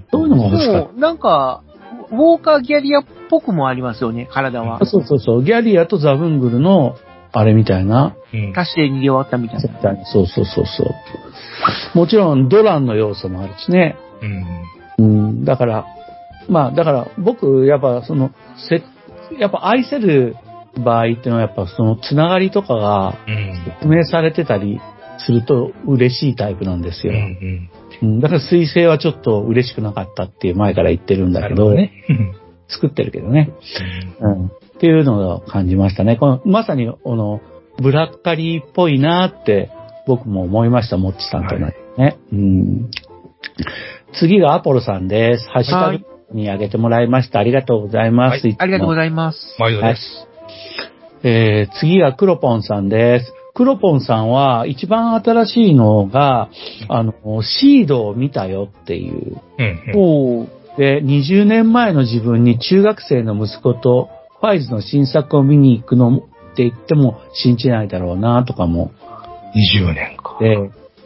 そういうのが欲しかった。 そう、なんか、ウォーカーギャリアっぽくもありますよね、体は。 そうそうそう。ギャリアとザブングルの、あれみたいな。 足してにで割ったみたいな。 そうそうそうそう。もちろんドランの要素もあるしね。うん。うん、だから、まあ、だから僕、やっぱその、せ、やっぱ愛せる場合っていうのはやっぱそのつながりとかが説明されてたりすると嬉しいタイプなんですよ。うんうん、だから水星はちょっと嬉しくなかったっていう前から言ってるんだけど、どね、作ってるけどね、うん。っていうのを感じましたね。このまさにこのブラッカリーっぽいなって僕も思いました、もっちさんとね。はい、うん、次がアポロさんです。ハッシュタグに上げてもらいました。ありがとうございます。はい、 ありがとうございます。 毎度です。 はい、えー、次がクロポンさんです。クロポンさんは一番新しいのが、あの、シードを見たよっていう。うんうん、で、にじゅうねんまえの自分に中学生の息子とファイズの新作を見に行くのって言っても信じないだろうなとかも。 にじゅうねんか。 で、うん。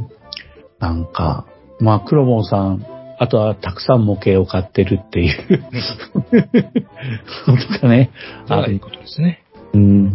なんか、まあ、クロポンさん、あとはたくさん模型を買ってるっていうことかね。 ああいうことですね。 うん。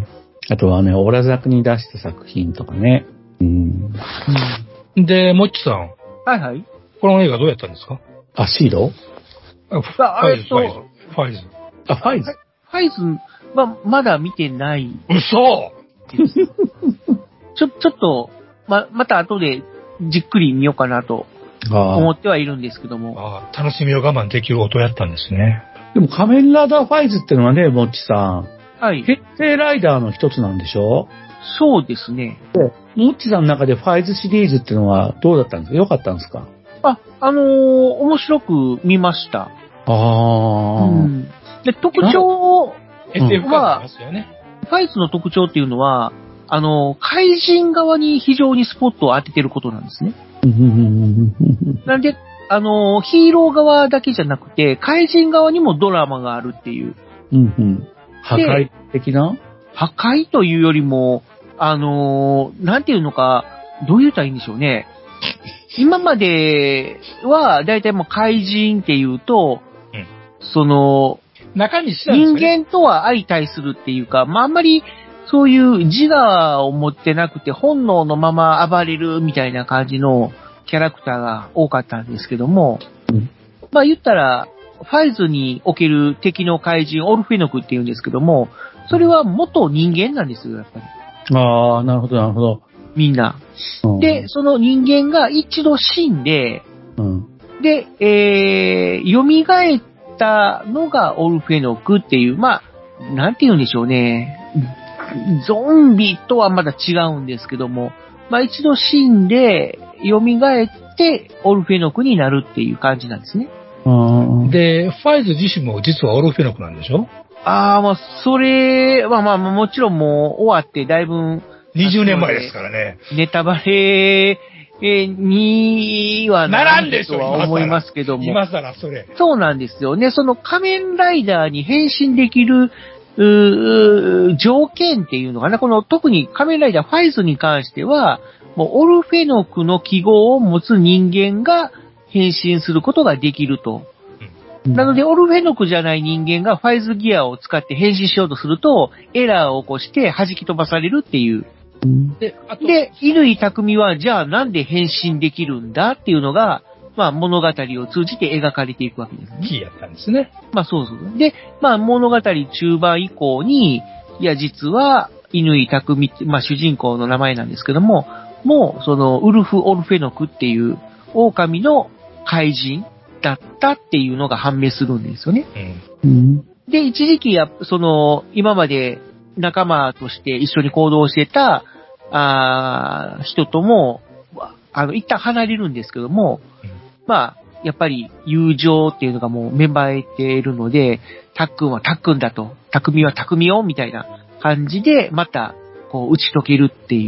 あとはね、オラザクに出した作品とかね。うん。 で、もっちさん。 はいはい。 この映画どうやったんですか？ あ、シード？ あ、ファイズ、ファイズ。ファイズ。 あ、ファイズ。 ファイズはまだ見てない。 嘘ちょ、ちょっと、ま、また後でじっくり見ようかなと思ってはいるんですけども。 ああ、楽しみを我慢できる音やったんですね。 でも仮面ライダーファイズってのはね、もっちさん。 はい。 平成ライダーの一つなんでしょ？ そうですね。 で、もっちさんの中でファイズシリーズっていうのはどうだったんですか？良かったんですか？ あ、あのー、面白く見ました。 ああ、 うん。で、特徴は、 エスエフ 感ありますよね。 ファイズの特徴っていうのは、あの、怪人側に非常にスポットを当ててることなんですね。なんで、あの、ヒーロー側だけじゃなくて、怪人側にもドラマがあるっていう。 うんうん、破壊的な？ 破壊というよりも、あの、なんていうのか、どう言ったらいいんでしょうね。今までは、だいたいもう怪人っていうと、うん、その、 中にしたんですよね、 人間とは相対するっていうか、まあ、あんまり、そういう自我を持ってなくて本能のまま暴れるみたいな感じのキャラクターが多かったんですけども、うん、まあ言ったら、ファイズにおける敵の怪人オルフェノクっていうんですけども、それは元人間なんですよ、やっぱり。 ああ、なるほど、なるほど。 みんな。うん、で、その人間が一度死んで、うん、で、えー、蘇ったのがオルフェノクっていう、まあ、なんて言うんでしょうね。ゾンビとはまだ違うんですけども、まあ一度死んで、蘇ってオルフェノクになるっていう感じなんですね。 で、ファイズ自身も実はオルフェノクなんでしょ？ ああ、まあ、それはまあもちろんもう終わってだいぶにじゅうねんまえですからね。 ネタバレにはならんでしょうとは思いますけども。 今更それ。 そうなんですよね。その仮面ライダーに変身できるうー条件っていうのかな。この特に仮面ライダーファイズに関しては、もうオルフェノクの記号を持つ人間が変身することができると。うん、なので、オルフェノクじゃない人間がファイズギアを使って変身しようとすると、エラーを起こして弾き飛ばされるっていう。うん、で、で、乾匠はじゃあなんで変身できるんだっていうのが、まあ物語を通じて描かれていくわけですね。 キーやったんですね。 まあそうそう。で、まあ物語中盤以降に、いや実は、乾匠って、まあ主人公の名前なんですけども、もうそのウルフ・オルフェノクっていう狼の怪人だったっていうのが判明するんですよね。うん、で、一時期や、その、今まで仲間として一緒に行動してた、あ人とも、あの、一旦離れるんですけども、うん、まあ、やっぱり友情っていうのがもう芽生えているので、タックンはタックンだと、匠は匠よみたいな感じで、また、こう、打ち解けるっていう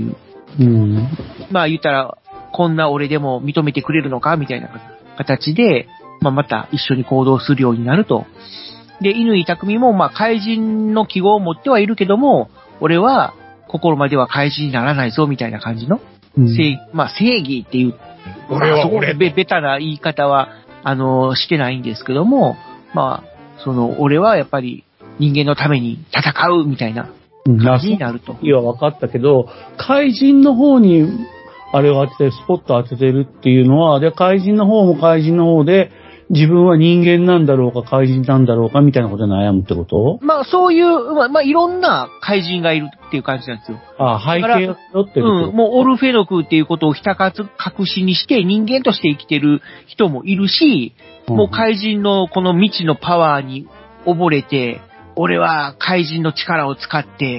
うん、 まあ言ったら、こんな俺でも認めてくれるのかみたいな形で、まあまた一緒に行動するようになると。で、乾匠も、まあ怪人の記号を持ってはいるけども、俺は心までは怪人にならないぞみたいな感じの、うん、正まあ正義っていう、 俺は俺、 ベベタな言い方は、あの、してないんですけども、まあ、その、俺はやっぱり人間のために戦うみたいな感じになると。 いや、分かったけど、怪人の方に、あれを当てて、スポット当ててるっていうのは、で、怪人の方も怪人の方で、自分は人間なんだろうか、怪人なんだろうか、みたいなことで悩むってこと？ まあ、そういう、まあ、まあ、いろんな怪人がいるっていう感じなんですよ。 ああ、背景を背負ってる。 うん、もうオルフェノクっていうことをひたかつ隠しにして、人間として生きてる人もいるし、うん、もう怪人のこの未知のパワーに溺れて、俺は怪人の力を使って、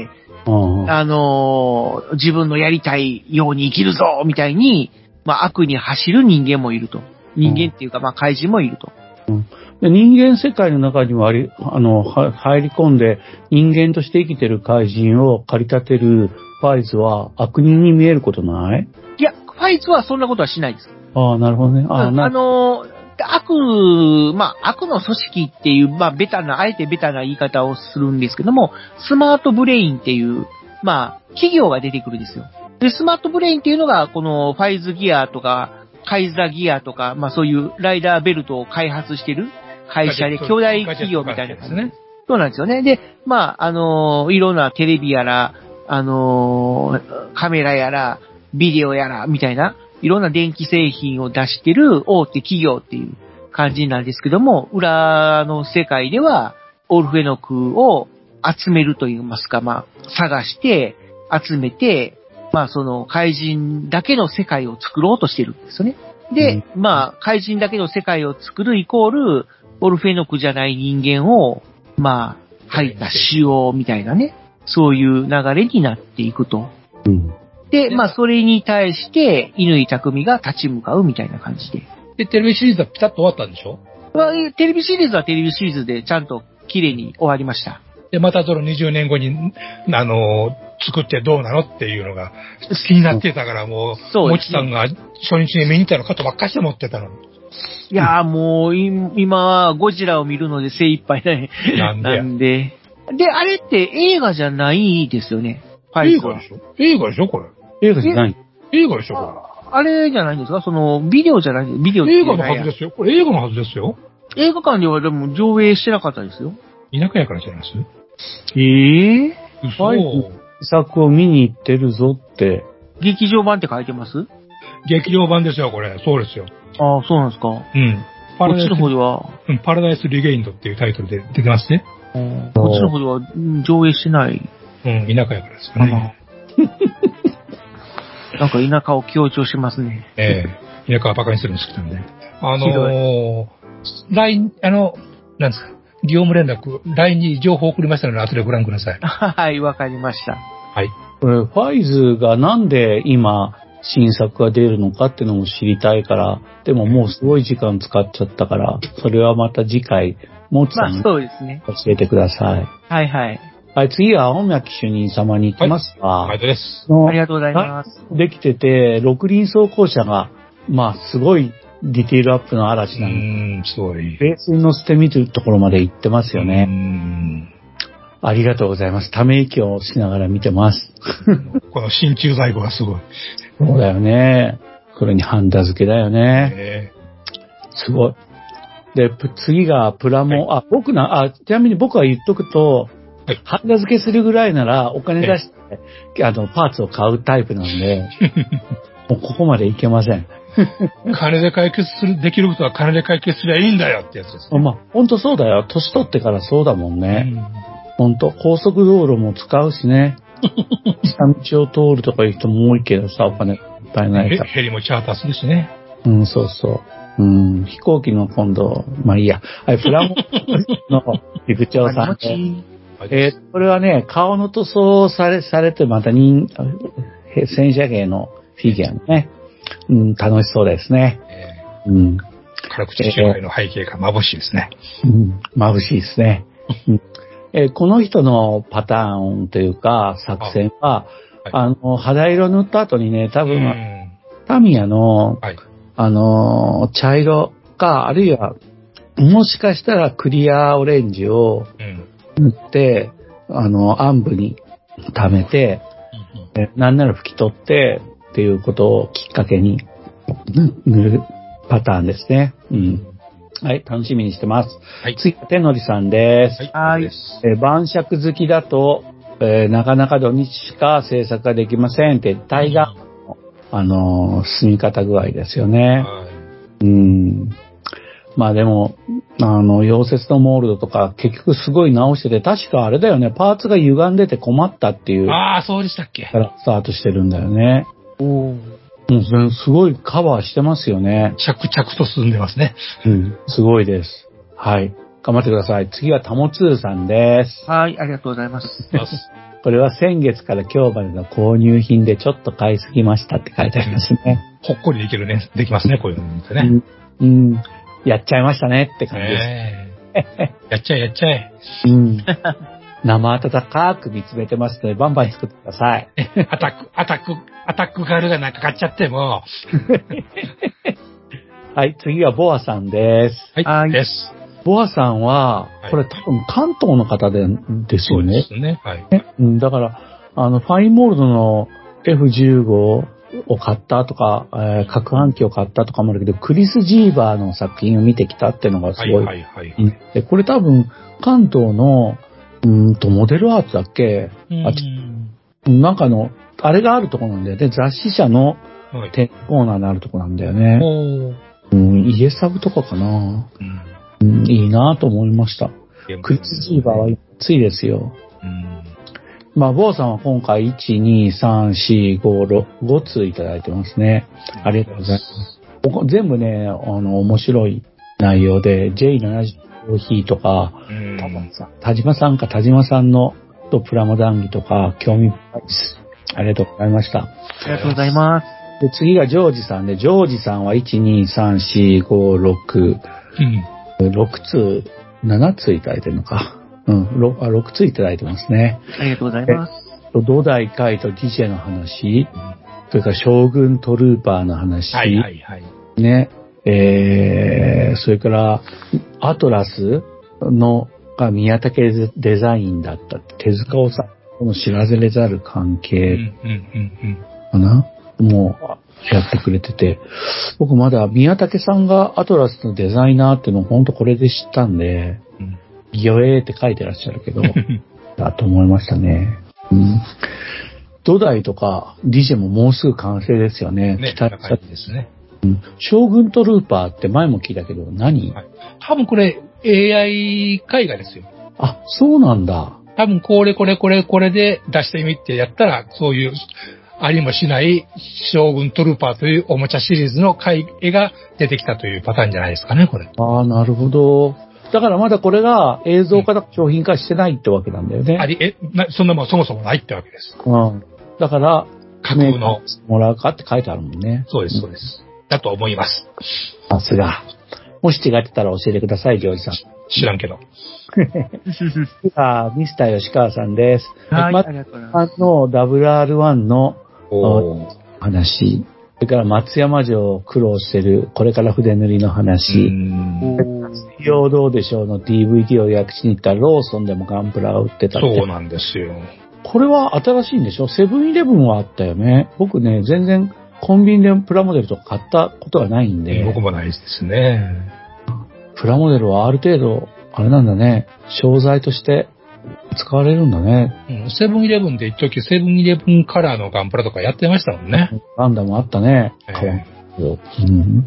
うん、あのー、自分のやりたいように生きるぞみたいに、まあ、悪に走る人間もいると。人間っていうか、まあ、怪人もいると。 うん、で人間世界の中にもあり、あの、は入り込んで、人間として生きてる怪人を駆り立てるファイズは悪人に見えることない？ いや、ファイズはそんなことはしないです。 ああ、なるほどね。あ、 あのー、悪、まあ、悪の組織っていう、まあ、ベタな、あえてベタな言い方をするんですけども、スマートブレインっていう、まあ、企業が出てくるんですよ。で、スマートブレインっていうのが、このファイズギアとか、カイザーギアとか、まあそういうライダーベルトを開発してる会社で、兄弟企業みたいな感じですね。そうなんですよね。で、まあ、あのー、いろんなテレビやら、あのー、カメラやら、ビデオやら、みたいな、いろんな電気製品を出してる大手企業っていう感じなんですけども、裏の世界では、オルフェノクを集めるといいますか、まあ、探して、集めて、まあその怪人だけの世界を作ろうとしてるんですよね。で、うん、まあ怪人だけの世界を作るイコール、オルフェノクじゃない人間を、まあ、吐いた塩みたいなね、そういう流れになっていくと。うん、で、まあそれに対して、乾匠が立ち向かうみたいな感じで。 で、テレビシリーズはピタッと終わったんでしょ？ まあ、テレビシリーズはテレビシリーズでちゃんと綺麗に終わりました。 で、またそのにじゅうねんごに、あの、作ってどうなのっていうのが気になってたからもう、そうもちさんが初日に見に行ったのことばっかして持ってたの。 いやーもう、今はゴジラを見るので精一杯ね。 なんでなんで。で、あれって映画じゃないですよね。 映画でしょ映画でしょこれ。 映画じゃない映画でしょこれ。 あれじゃないんですかその、ビデオじゃないビデオって映画のはずですよ。これ映画のはずですよ。 映画館ではでも上映してなかったですよ。 田舎やからじゃないです。 ええー、 嘘。作を見に行ってるぞって。 劇場版って書いてます？ 劇場版ですよ、これ。そうですよ。 ああ、そうなんですか。 うん。 パラダイス、こっちの方では、 うん、パラダイスリゲインドっていうタイトルで出てますね。 こっちの方では上映してない。 うん、田舎やからですよね。 なんか田舎を強調しますね。 ええー、田舎はバカにするんですけどね。あのー、ライン、あの、なんですか。業務連絡、ライン に情報を送りましたので、後でご覧ください。 はい、わかりました。 はい。 これ、ファイズがなんで今、新作が出るのかっていうのも知りたいから、でももうすごい時間使っちゃったから、それはまた次回、もつさんに教えてください。 まあ、はいはい。 はい、次は青巻主任様に行きますか。 はい、はい、です。 ありがとうございます。 できてて、六輪走行車が、まあ、すごい、ディテールアップの嵐なんで。うーん、すごい。 ベースに乗せてみるところまで行ってますよね。うーん。ありがとうございます。ため息をしながら見てます。 この真鍮細工がすごい。 そうだよね。これにハンダ付けだよね。すごい。で、次がプラモ、はい、あ、僕な、あ、ちなみに僕は言っとくと、はい、ハンダ付けするぐらいならお金出して、はい、あの、パーツを買うタイプなんで、もうここまでいけません。 金で解決する、できることは金で解決すりゃいいんだよってやつです、ね。 まあ、ほんとそうだよ。年取ってからそうだもんね。うん、ほんと、高速道路も使うしね。下道を通るとかいう人も多いけどさ、お金いっぱいないから。 ヘリもチャーターするしね。 うん、そうそう。うん、飛行機の今度、まあいいや。はい、プラモの陸長さんで。えー、これはね、顔の塗装され、されてまた人、戦車芸のフィギュアね。うん、楽しそうですね。 えー、うん。辛口中杯の背景が眩しいですね。 うん、眩しいですね。うんえー、この人のパターンというか作戦は、はあの、肌色塗った後にね、多分、タミヤの、はい、あの、茶色か、あるいは、もしかしたらクリアオレンジを塗って、うん、あの、暗部に溜めて、うん、なんなら拭き取ってっていうことをきっかけに塗るパターンですね。うん。はい、楽しみにしてます。はい、次、手のりさんです。 はい。 えー、晩酌好きだと、えー、なかなか土日しか制作ができませんって、タイガーの、あのー、進み方具合ですよね。はい、うん。まあでも、あの、溶接のモールドとか結局すごい直してて、確かあれだよね、パーツが歪んでて困ったっていう。 ああ、そうでしたっけ。 からスタートしてるんだよね。 おー。 もうそれすごいカバーしてますよね。 着々と進んでますね。 うん、すごいです。はい。頑張ってください。次はタモツーさんです。 はい、ありがとうございます。 これは先月から今日までの購入品でちょっと買いすぎましたって書いてありますね。 ほっこりできるね。できますね、こういうのってね。 うん。うん、やっちゃいましたねって感じです。 えー、やっちゃえ、やっちゃえ。 うん。生温かく見つめてますので、バンバン作ってください。 アタック、アタック、アタックガールがなんか買っちゃっても。 はい、次はボアさんです。 はい、です。 ボアさんは、これ多分関東の方でですよね。 そうですね。はい。 だから、あの、ファインモールドの エフじゅうご を買ったとか、えー、攪拌機を買ったとかもあるけど、クリス・ジーバーの作品を見てきたっていうのがすごい。はいはいはい。で、これ多分、関東の、うんと、モデルアーツだっけ、あなんかの、あれがあるとこなんだよね。雑誌社の店コーナーになるとこなんだよね。うん、家サブとかかな、うんうん、いいなと思いました。クリス・ジーバーはついですよ。うん、まあ、ボーさんは今回いち、に、さん、よん、ご、ろく、ご通いただいてますね。ありがとうございます。全部ね、あの、面白い内容で、ジェイななじゅう コーヒーとか、田島さんか田島さんのとプラモ談義とか興味深いです。ありがとうございました。ありがとうございます。 で、次がジョージさんで、ジョージさんはいち、に、さん、よん、ご、ろく、うん、ろく通、なな通いただいてるのか。うん、6, あろく通いただいてますね。 ありがとうございます。 土台会とディジェの話、それから将軍トルーパーの話、はいはいはい、ね。えー、それから、アトラスのが宮武デザインだったって、手塚治虫の知られざる関係かな、もうやってくれてて、僕まだ宮武さんがアトラスのデザイナーっていうのを本当これで知ったんで、うん、ギョエーって書いてらっしゃるけど、だと思いましたね。うん、土台とかディジェももうすぐ完成ですよね。 ね、期待したいですね。 うん、将軍トルーパーって前も聞いたけど何、はい、 多分これ エーアイ 絵画ですよ。 あ、そうなんだ。 多分これこれこれこれで出してみてやったらそういうありもしない将軍トルーパーというおもちゃシリーズの絵が出てきたというパターンじゃないですかね、これ。 ああ、なるほど。だからまだこれが映像化とか商品化してないってわけなんだよね。 うん、あり、え、な、そんなもんそもそもないってわけです。 うん。だから、 架空の。 もらうかって書いてあるもんね。 そうです、そうです。だと思います。 さすが。もし違ってたら教えてください、ジョージさん。 知らんけど。 あ、ミスター吉川さんです。 はい、 まありがとうございます。 の ダブリューアールワン の話。それから松山城苦労してる、これから筆塗りの話。水曜どうでしょうの ディーブイディー を予約しに行ったらローソンでもガンプラを売ってたって。 そうなんですよ。 これは新しいんでしょ？セブンイレブンはあったよね。僕ね、全然コンビニでプラモデルとか買ったことはないんで。 僕もないですね。 プラモデルはある程度、あれなんだね、商材として使われるんだね。 うん、セブンイレブンで一時セブンイレブンカラーのガンプラとかやってましたもんね。 ガンダムあったね。えーうん、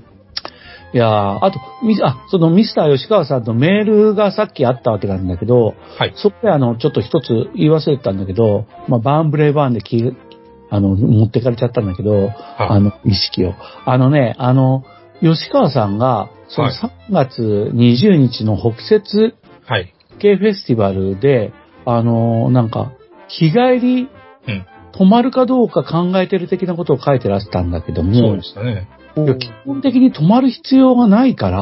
いやー、あと、あ、そのミスター吉川さんのメールがさっきあったわけなんだけど、はい、そこであの、ちょっと一つ言い忘れてたんだけど、まあ、バーンブレイバーンできあの、持ってかれちゃったんだけど、はあ、あの、意識を。あのね、あの、吉川さんが、そのさんがつにじゅうにちの北摂系フェスティバルで、あの、なんか、日帰り、泊まるかどうか考えてる的なことを書いてらっしゃったんだけども、 そうでしたね。 いや基本的に泊まる必要がないから、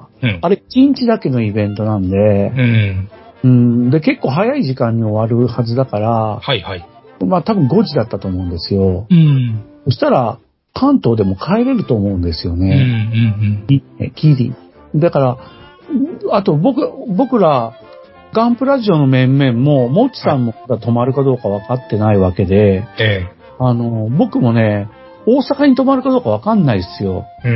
うん、あれいちにちだけのイベントなんで、うんうん、で、結構早い時間に終わるはずだから、 はいはい。 まあ多分ごじだったと思うんですよ。 うん。 そしたら、関東でも帰れると思うんですよね。 うんうんうん。ギリ。だから、あと僕、僕ら、ガンプラジオの面々も、もっちさんも泊まるかどうか分かってないわけで、 ええ。 あの、僕もね、大阪に泊まるかどうか分かんないですよ。 うん。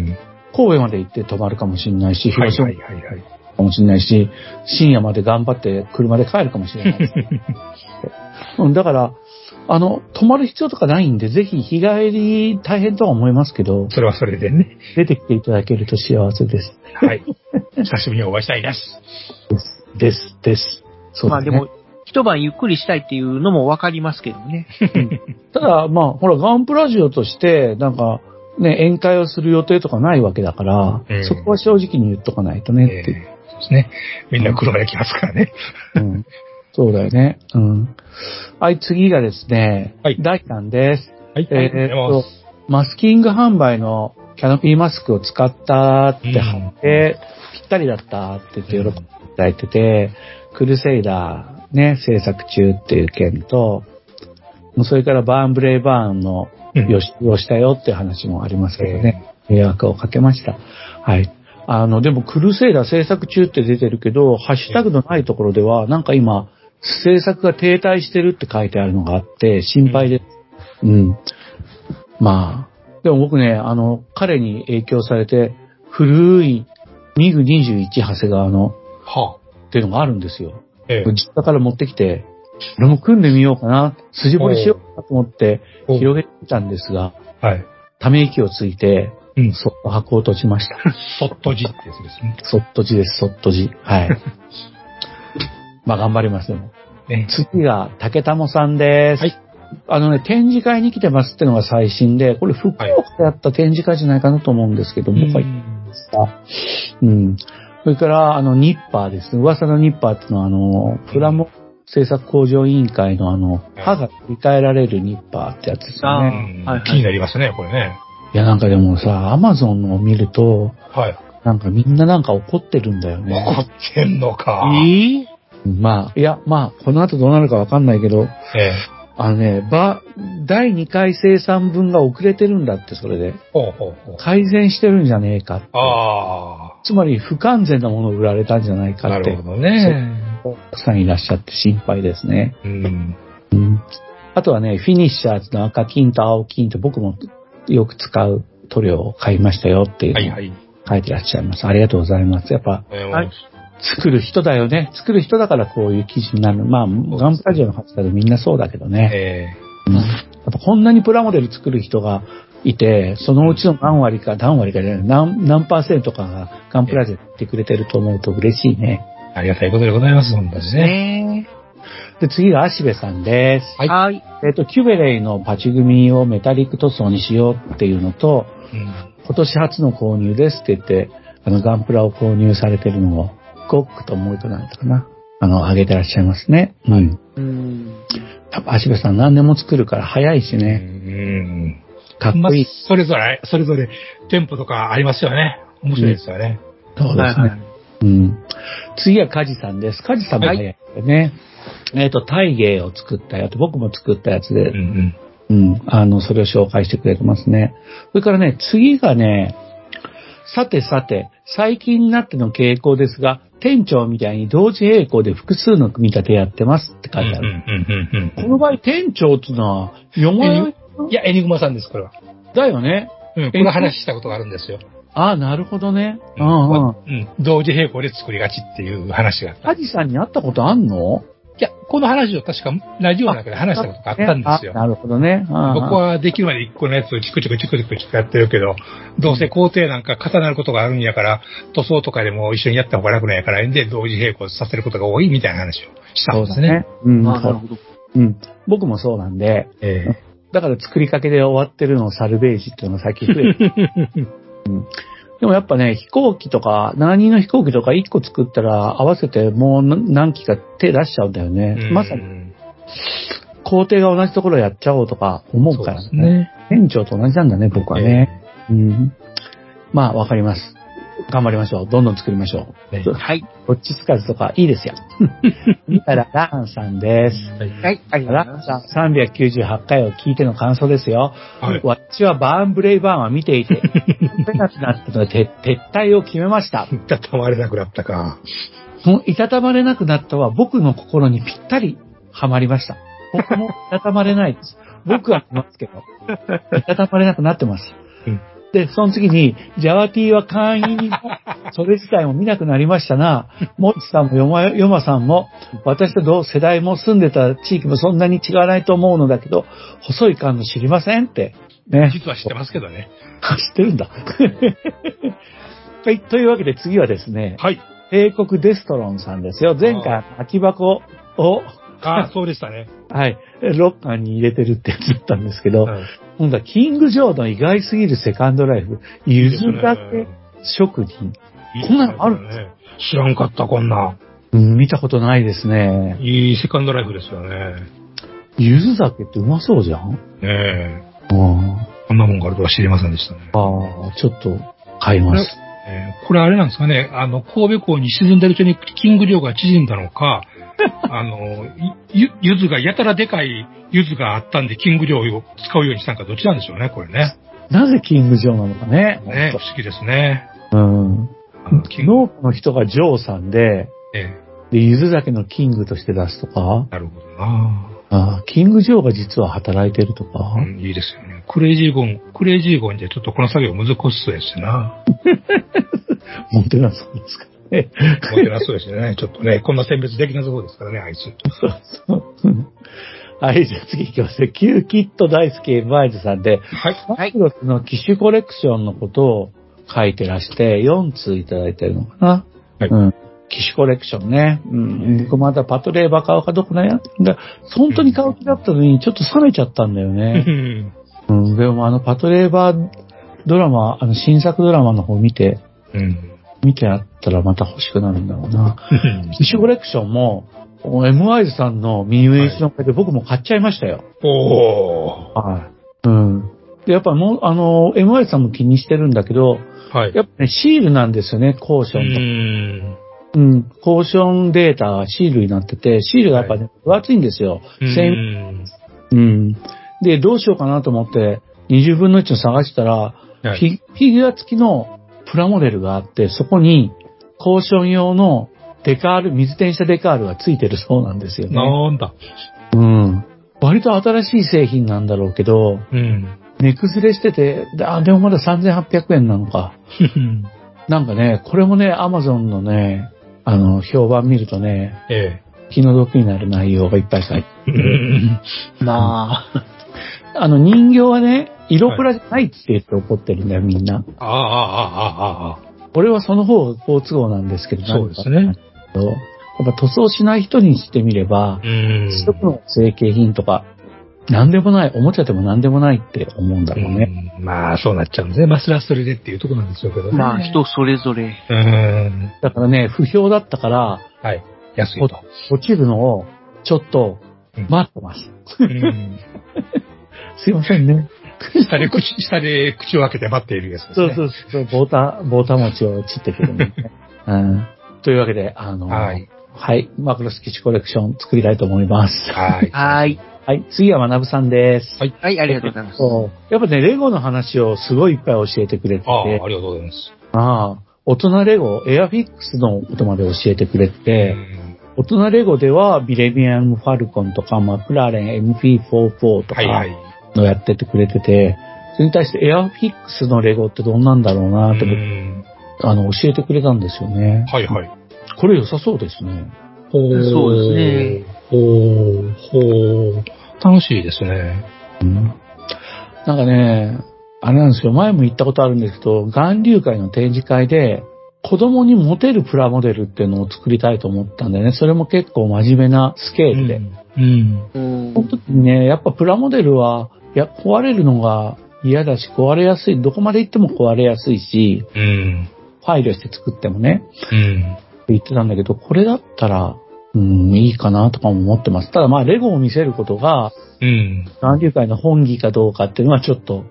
神戸まで行って泊まるかもしれないし、広島はいはいはいはい。 かもしれないし、深夜まで頑張って車で帰るかもしれないです。うん、だから、あの、泊まる必要とかないんで、ぜひ日帰り大変とは思いますけど、 それはそれでね。 出てきていただけると幸せです。 はい。久しぶりにお会いしたいです。 です、です、です。そうですね。 まあでも、一晩ゆっくりしたいっていうのもわかりますけどね。 うん、ただ、まあ、ほら、ガンプラジオとして、なんか、ね、宴会をする予定とかないわけだから、うん、そこは正直に言っとかないとねって。えー、そうですね。みんな車で来ますからね。 うん。そうだよね。うん。はい、次がですね、はい、大さんです。 はい、 えー、っと、マスキング販売のキャノピーマスクを使ったって貼って、うん、ぴったりだったって言って喜んでいただいてて、うん、クルセイダーね、制作中っていう件と、それからバーンブレイバーンの予習をしたよっていう話もありますけどね、うん、迷惑をかけました。はい。あの、でもクルセイダー制作中って出てるけど、ハッシュタグのないところでは、なんか今、制作が停滞してるって書いてあるのがあって、心配です。うん。うん、まあ、でも僕ね、あの、彼に影響されて、古いミグにじゅういち長谷川の、 はあ、 っていうのがあるんですよ。 ええ、 実家から持ってきて、俺も組んでみようかな、筋彫りしようかと思って広げてみたんですが、 はい。 ため息をついて、うん、そっと箱を閉じました。 そっとじってやつですね。 そっとじです、そっとじ。はい。まあ頑張りますよ。ね、次が竹玉さんです。はい。あのね、展示会に来てますってのが最新で、これ福岡でやった展示会じゃないかなと思うんですけど、はい、僕は行ってました。うん。それから、あの、ニッパーですね。噂のニッパーっていうのは、あの、プラモ制作工場委員会のあの、刃が振り替えられるニッパーってやつですよね。 はいはい、気になりますね、これね。 いや、なんかでもさ、アマゾンのを見ると、 はい。 なんかみんななんか怒ってるんだよね。 怒ってんのか。 えー、 まあ、いや、まあ、この後どうなるかわかんないけど、 ええ、 あのね、ば、だいにかい生産分が遅れてるんだって、それで。 ほうほうほう。 改善してるんじゃねえかって。 ああ。 つまり不完全なものを売られたんじゃないかって。 なるほどね。 たくさんいらっしゃって心配ですね。 うん。 うん。あとはね、フィニッシャーズの赤金と青金と僕もよく使う塗料を買いましたよっていうのを書いてらっしゃいます。はいはい、ありがとうございます。やっぱ、はい、作る人だよね。作る人だからこういう記事になる。まあ、ガンプラジオの発だとみんなそうだけどね。 えーうん、やっぱこんなにプラモデル作る人がいて、そのうちの何割か、何割かじゃない、何、何パーセントかがガンプラジオやってくれてると思うと嬉しいね。 ありがたいことでございます、本当にね。 で、次が芦部さんです。 はい。 えっと、キュベレイのパチ組をメタリック塗装にしようっていうのと、うん、今年初の購入ですって言って、あの、ガンプラを購入されてるのを、ゴックと思うとなんだかな。あの、あげてらっしゃいますね。うん。うん。やっぱ芦部さん何でも作るから早いしね。 うん。 かっこいい。 まあ、それぞれ、それぞれ店舗とかありますよね。面白いですよね。 うん、そうですね。はいはい、うん。次はカジさんです。カジさんも早いよね。はい、えっと、大芸を作ったやつ、僕も作ったやつで、うんうん、うん。あの、それを紹介してくれてますね。それからね、次がね、さてさて、最近になっての傾向ですが、店長みたいに同時並行で複数の組み立てやってますって書いてある。この場合、店長っていうのは、読まない？ いや、エニグマさんです、これは。 だよね。 うん、この話したことがあるんですよ。 ああ、なるほどね。 うん、うん。同時並行で作りがちっていう話があった。 カジさんに会ったことあんの？ いや、この話を確かラジオの中で話したことがあったんですよ。 なるほどね。ああ僕はできるまで一個のやつをチクチクチクチクチクやってるけど、どうせ工程なんか重なることがあるんやから、塗装とかでも一緒にやった方が楽なんやから、で、同時並行させることが多いみたいな話をしたんですね。 そうだね。うん、なるほど。うん。僕もそうなんで、えー、だから作りかけで終わってるのをサルベージっていうのが先増えて、うん。でもやっぱね、飛行機とか、ななにんの飛行機とかいっこ作ったら合わせてもう何機か手出しちゃうんだよね。まさに、工程が同じところやっちゃおうとか思うからね。ね、店長と同じなんだね、僕はね。えー、うん、まあ、わかります。 頑張りましょう。どんどん作りましょう。はい。 どっちつかずとかいいですよ。見たら、ラーンさんです。 はい。はい。ありがとうございます。 さんびゃくきゅうじゅうはちかいを聞いての感想ですよ。はい。私はバーンブレイバーンは見ていて、ペナチなったので撤退を決めました。 いたたまれなくなったか。 いたたまれなくなったは僕の心にぴったりはまりました。僕もいたたまれないです。僕は見ますけど、いたたまれなくなってます。うんで、その次に、ジャワティは会員にも、それ自体も見なくなりましたな。モッチさんもヨマ、ヨマさんも、私と同世代も住んでた地域もそんなに違わないと思うのだけど、細い感の知りませんって。 ね。実は知ってますけどね。 知ってるんだ。はい、というわけで次はですね、 はい。 帝国デストロンさんですよ。前回空き箱を、 ああ、そうでしたね。 はい。ロッカーに入れてるってやつだったんですけど、はい、今度はキング・ジョーの意外すぎるセカンドライフ、ゆずだけ職人。いいね、こんなのあるんですか？ 知らんかった、こんな。 うん、見たことないですね。 いいセカンドライフですよね。 ゆず酒ってうまそうじゃん？ ねえ。こんなもんがあるとは知りませんでしたね。 ああ、ちょっと買います。 えー、これあれなんですかね、あの、神戸港に沈んでるうちにキング漁が縮んだのか、あの、ゆ、ゆずがやたらでかいゆずがあったんで、キング漁を使うようにしたのか、どっちなんでしょうね、これね。 なぜキングジョーなのかね。 ね、不思議ですね。 うん。農家の人がジョーさんで、ええ、で、ゆず酒のキングとして出すとか。 なるほどな。 ああ、キングジョーが実は働いてるとか。 うん、いいですよね。クレイジーゴン、クレイジーゴンでちょっとこの作業難しそうですな。 モテなそうですかね。 モテなそうですね。ちょっとね、こんな選別できなそうですからね、あいつ。そうそう。 はい、じゃあ次行きますね。キューキット大好きエバイズさんで、 はい。 マクロスの機種コレクションのことを書いてらして、よんつういただいてるのかな。はい。うん。機種コレクションね。うん。僕まだパトレーバー買うかどこ悩んだ。本当に買う気だったのに、ちょっと冷めちゃったんだよね。うん。でもあの、パトレーバードラマ、あの、新作ドラマの方見て、うん。見てあったらまた欲しくなるんだろうな。機種コレクションも、エムワイズ さんのミニエイジの会で僕も買っちゃいましたよ。 おー。 はい。うん。で、やっぱもう、あの、エムワイズ さんも気にしてるんだけど、はい。やっぱね、シールなんですよね、コーションと。うん。うん。コーションデータがシールになってて、シールがやっぱね、はい、分厚いんですよ。うん。うん。で、どうしようかなと思って、にじゅうぶんのいちを探したら、はい、フィ、フィギュア付きのプラモデルがあって、そこに、コーション用のデカール、水転写デカールが付いてるそうなんですよね。 なんだ。 うん。割と新しい製品なんだろうけど、うん。値崩れしてて、あ、でもまださんぜんはっぴゃくえんなのか。なんかね、これもね、アマゾンのね、あの、評判見るとね、ええ、気の毒になる内容がいっぱい書いてる。まあ、あの人形はね、色プラじゃないって言って怒ってるんだよ、みんな。 ああ、ああ、ああ。 俺はその方が好都合なんですけど、 そうですね。 やっぱ塗装しない人にしてみれば、一つの成形品とか、何でもない、おもちゃでも何でもないって思うんだろうね。 うん、まあ、そうなっちゃうんですね。まあ、それはそれでっていうところなんでしょうけどね。 まあ、人それぞれ。 うん。だからね、不評だったから、 はい。安いと。 落ちるのを、ちょっと、待ってます。うん、すいませんね。 下で口、下で口を開けて待っているやつですね。 そうそうそう、ボータ、ボータ餅を散ってくるんですね。うん。というわけで、あの、はい。はい。マクロス基地コレクション作りたいと思います。 はい。 はい。 はい。次は学さんです。 はい。はい、ありがとうございます。 やっぱね、レゴの話をすごいいっぱい教えてくれてて。 ああ、ありがとうございます。 ああ、大人レゴ、エアフィックスのことまで教えてくれて、大人レゴではミレニアム・ファルコンとか、マクラーレン エムピーフォーフォー とかのやっててくれてて、はいはい、それに対してエアフィックスのレゴってどんなんだろうなって、あの、教えてくれたんですよね。 はいはい。 これ良さそうですね。 そうですね。 ほー、ほー。楽しいですね。 うん。なんかね、あれなんですよ。前も言ったことあるんですけど、岩流会の展示会で、子供に持てるプラモデルっていうのを作りたいと思ったんでね、それも結構真面目なスケールで。うん。うん、その時にね、やっぱプラモデルは、いや、壊れるのが嫌だし、壊れやすい。どこまで行っても壊れやすいし、うん。配慮して作ってもね。うん。言ってたんだけど、これだったら、うん、いいかなとかも思ってます。ただまあ、レゴを見せることが、うん。岩流会の本義かどうかっていうのはちょっと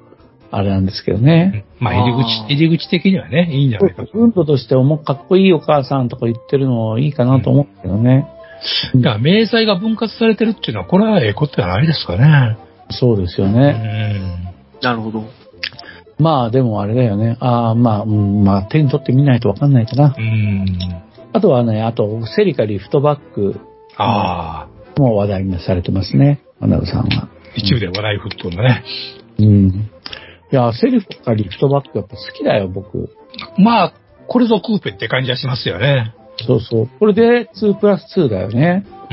あれなんですけどね。 まあ、入り口、入り口的にはね、いいんじゃないかと。 文化としてもかっこいいお母さんとか言ってるのいいかなと思うけどね。 だから、明細が分割されてるっていうのは、これはええことじゃないですかね。 そうですよね。 うん。なるほど。 まあ、でもあれだよね。ああ、まあ、うん、まあ、手に取ってみないとわかんないかな。 うん。 あとはね、あと、セリカリフトバック。 ああ。もう話題にされてますね。アナウさんは。 一部で話題沸騰のね。 うん。いや、セリカリフトバックやっぱ好きだよ、僕。 まあ、これぞクーペって感じはしますよね。 そうそう。これでにプラスにだよね。 うん。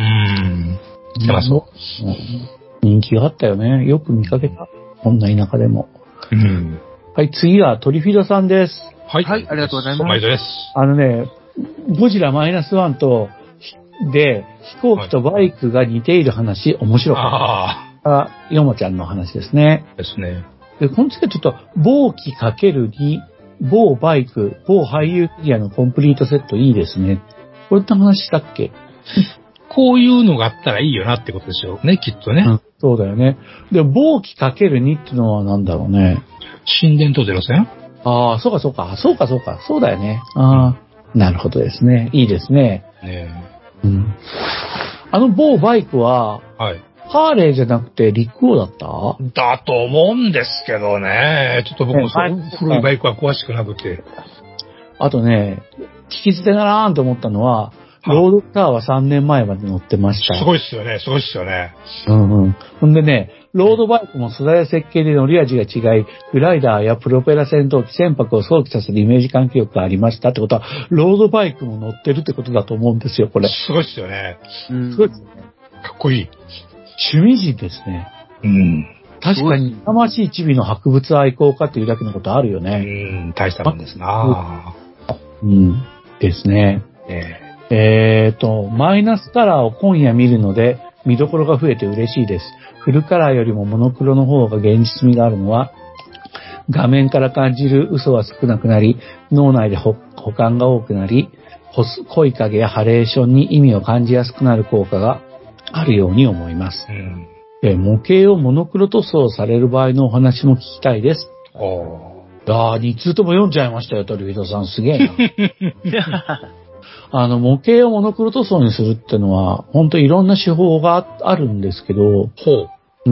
やっぱそう、 うん。人気があったよね。よく見かけた。こんな田舎でも。 うん。 はい、次はトリフィドさんです。 はい。 はい、ありがとうございます。 毎度です。 あのね、ゴジラマイナスワンと、で、飛行機とバイクが似ている話、面白かった。ああ。ヨモちゃんの話ですね。 ですね。 で、この次はちょっと、某機かけるに、某バイク、某俳優フィギュアのコンプリートセットいいですね。こういった話したっけ？ こういうのがあったらいいよなってことでしょうね、きっとね。うん、 そうだよね。で、某機かけるにっていうのはなんだろうね。 神殿とゼロ戦？ ああ、そうかそうか。そうかそうか。そうだよね。ああ、うん、なるほどですね。いいですね。 ねえ。うん。あの某バイクは、 はい。 ハーレーじゃなくて陸王だった？ だと思うんですけどね。ちょっと僕も古いバイクは詳しくなくて。 あとね、聞き捨てならんと思ったのは、ロードカーはさんねんまえまで乗ってました。 すごいっすよね、すごいっすよね。 うんうん。ほんでね、ロードバイクも素材や設計で乗り味が違い、グライダーやプロペラ戦闘機、船舶を想起させるイメージ環境がありましたってことは、ロードバイクも乗ってるってことだと思うんですよ、これ。 すごいっすよね。 うん、すごいっすね。 かっこいい。 趣味人ですね。 うん。 確かに、魂ちびの博物愛好家っていうだけのことあるよね。 うん、大したもんですな。 うん。ですね。 えーえーと、マイナスカラーを今夜見るので、見どころが増えて嬉しいです。フルカラーよりもモノクロの方が現実味があるのは、画面から感じる嘘は少なくなり、脳内で補完が多くなり、濃い影やハレーションに意味を感じやすくなる効果があるように思います。 うん、 え模型をモノクロ塗装される場合のお話も聞きたいです。ああ、に通とも読んじゃいましたよ、トリフィドさん。すげえな。あの、模型をモノクロ塗装にするってのは、本当いろんな手法があるんですけど、 ほう。 うん。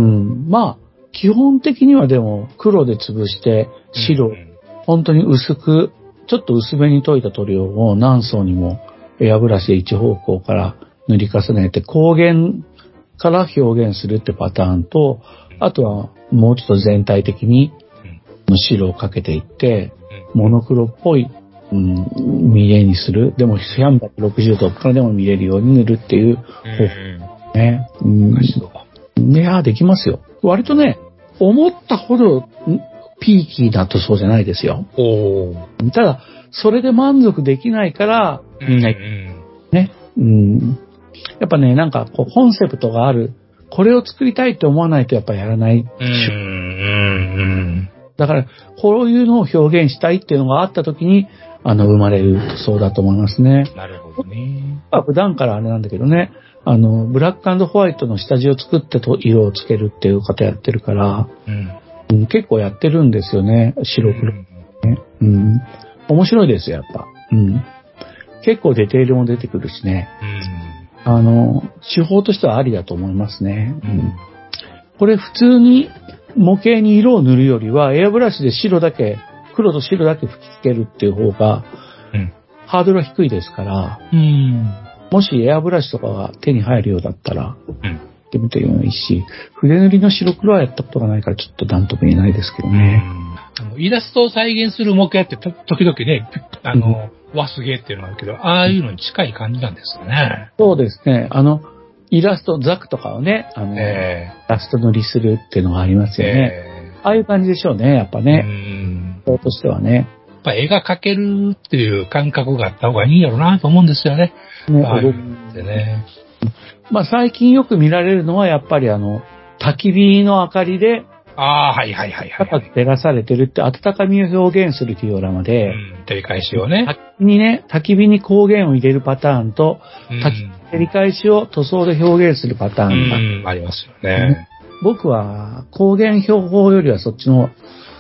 まあ、基本的にはでも、黒で潰して、白、うんうん、本当に薄く、ちょっと薄めに溶いた塗料を何層にもエアブラシで一方向から塗り重ねて、光源から表現するってパターンと、あとはもうちょっと全体的に白をかけていって、モノクロっぽいうん、見えにする。でもさんびゃくろくじゅうどからでも見れるように塗るっていう方法ね。うん。いや、できますよ。割とね、思ったほどピーキーだとそうじゃないですよ。 おただ、それで満足できないから、みんな、うん、ね。うん。やっぱね、なんかこうコンセプトがある。これを作りたいって思わないとやっぱやらない。 うん。 だから、こういうのを表現したいっていうのがあったときに、あの、生まれるそうだと思いますね。 なるほどね。 普段からあれなんだけどね、あの、ブラック&ホワイトの下地を作ってと色をつけるっていう方やってるから、 うん、 結構やってるんですよね、白黒、ね。うん。面白いですよ、やっぱ。うん。結構ディテールも出てくるしね。 うん、 あの、手法としてはありだと思いますね。うん。これ普通に模型に色を塗るよりは、エアブラシで白だけ、黒と白だけ吹き付けるっていう方が、 うん、 ハードルは低いですから、 うん、 もしエアブラシとかが手に入るようだったら、 うん、 やってみてもいいし、筆塗りの白黒はやったことがないからちょっと何とも言えないですけどね。 うん、あのイラストを再現する模型って時々ね、あの、うん、ワスゲーっていうのがあるけど、ああいうのに近い感じなんですよね。 そうですね。あの、イラスト、ザクとかをね、あの、 えー、 イラスト塗りするっていうのがありますよね。えー、ああいう感じでしょうね、やっぱね。 うん。 そうとしてはね。 やっぱ絵が描けるっていう感覚があった方がいいんやろうなと思うんですよね。ね、ああいうってね。 まあ最近よく見られるのはやっぱりあの、焚き火の明かりで、 ああ、はいはいはいはい、はい。 照らされてるって温かみを表現するディオラマで、 うん、照り返しをね。 焚き火にね、焚き火に光源を入れるパターンと、 うん、 焚き照り返しを塗装で表現するパターンが、 うん、ありますよね。 僕は光源標法よりはそっちの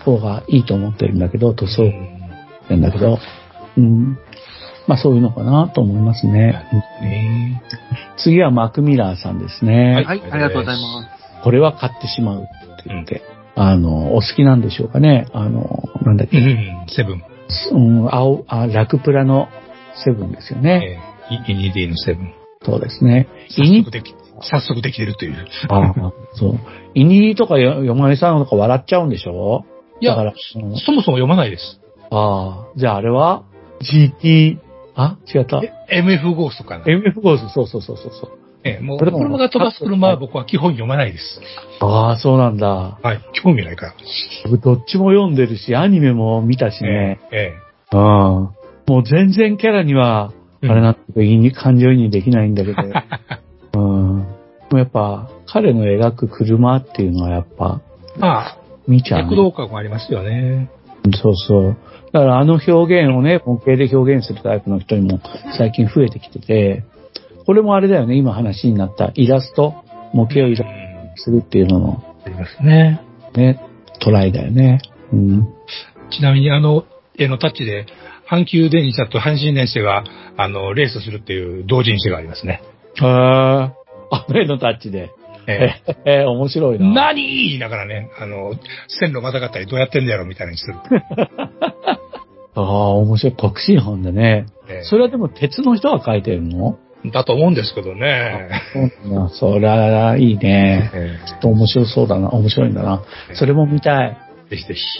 方がいいと思ってるんだけど、塗装なんだけど、うん。まあそういうのかなと思いますね。ね次はマクミラーさんですね。 はい、はい、ありがとうございます。 これは買ってしまうって言って、うん、あの、お好きなんでしょうかね。あの、なんだっけ。うん、 セブン。 うん、青、あ、ラクプラのセブンですよね。 えー、イニディのセブン。 そうですね。 早速でき、早速できてるという。 ああ、そう。イニディとかよまりさんとか笑っちゃうんでしょ？ いや、だから、うん、そもそも読まないです。 ああ、じゃああれは ジーティー、あ違った。 エムエフ ゴーストかな。 エムエフ ゴースト、そうそうそうそう。 ええ、もう、車が飛ばす車は僕は基本読まないです。 ああ、そうなんだ。 はい、興味ないから。 僕どっちも読んでるし、アニメも見たしね。 ええ。ええ、 うん。もう全然キャラには、あれなんていうか、感情移入できないんだけど。うん。でもやっぱ、彼の描く車っていうのはやっぱ、 まあ、 見ちゃう、ね。 躍動感もありますよね。 そうそう。だからあの表現をね、模型で表現するタイプの人にも最近増えてきてて、これもあれだよね、今話になったイラスト、模型をイラストするっていうのの、 ありますね。 ね、トライだよね。うん。 ちなみにあの絵のタッチで、阪急電車と阪神電車が、あの、レースするっていう同人誌がありますね。 へぇー。あ、絵のタッチで。えー、えー、面白いな。 何言いながらね、あの、線路またがったりどうやってんだろうみたいにする。 ああ、面白い。国信本でね。えー、それはでも鉄の人が書いてるの？ だと思うんですけどね。 そりゃいいね。えー、ちょっと面白そうだな。面白いんだな。それも見たい。 ぜひぜひ。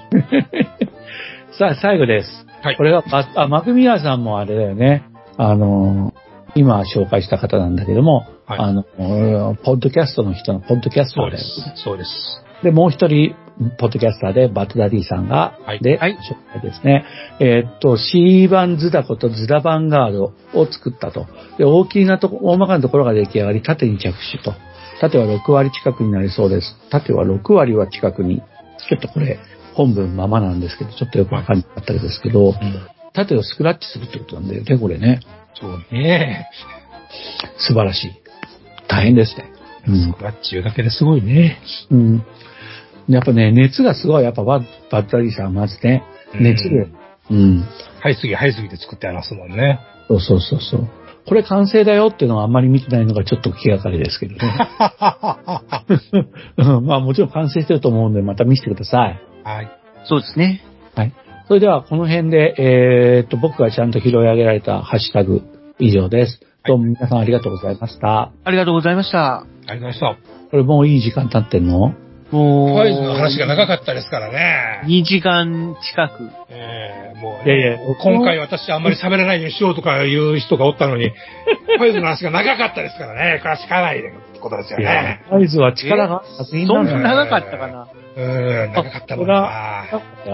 さあ、最後です。はい。これは、あ、マクミラーさんもあれだよね。あの、今紹介した方なんだけども、はい、あの、ポッドキャストの人のポッドキャスターです。 そうです。 で、もう一人、ポッドキャスターで、バッドダディさんが、はい、で、はい、紹介ですね。えー、っと、シーバンズダコとズダバンガードを作ったと。で、大きなとこ、大まかなところが出来上がり、縦に着手と。縦はろく割近くになりそうです。縦はろく割は近くに。ちょっとこれ、本文ままなんですけど、ちょっとよくわかんなかったですけど、うん、縦をスクラッチするってことなんだよね、これね。 そうね。 素晴らしい。大変ですね。 うん、スクラッチ言うだけですごいね。 うん。やっぱね、熱がすごい。やっぱバッ、バッタリーさんはまずね、熱で。うん。 ハイすぎ、ハイすぎて作ってありますもんね。 そうそうそうそう。これ完成だよっていうのはあんまり見てないのがちょっと気がかりですけどね。まあもちろん完成してると思うんで、また見せてください。 はい。 そうですね。 はい。それではこの辺で、えー、っと、僕がちゃんと拾い上げられたハッシュタグ以上です。どうも皆さんありがとうございました。 ありがとうございました。 ありがとうございました。 これもういい時間経ってんの？ もう。ファイズの話が長かったですからね。 にじかん近く。 ええー、もう、ね、いやいや、今回私あんまり喋らないようにしようとかいう人がおったのに、ファイズの話が長かったですからね。これはしかないことですよね。 ファイズは力があっていいんだそんな長かったかな。 うーん、長かったもんな。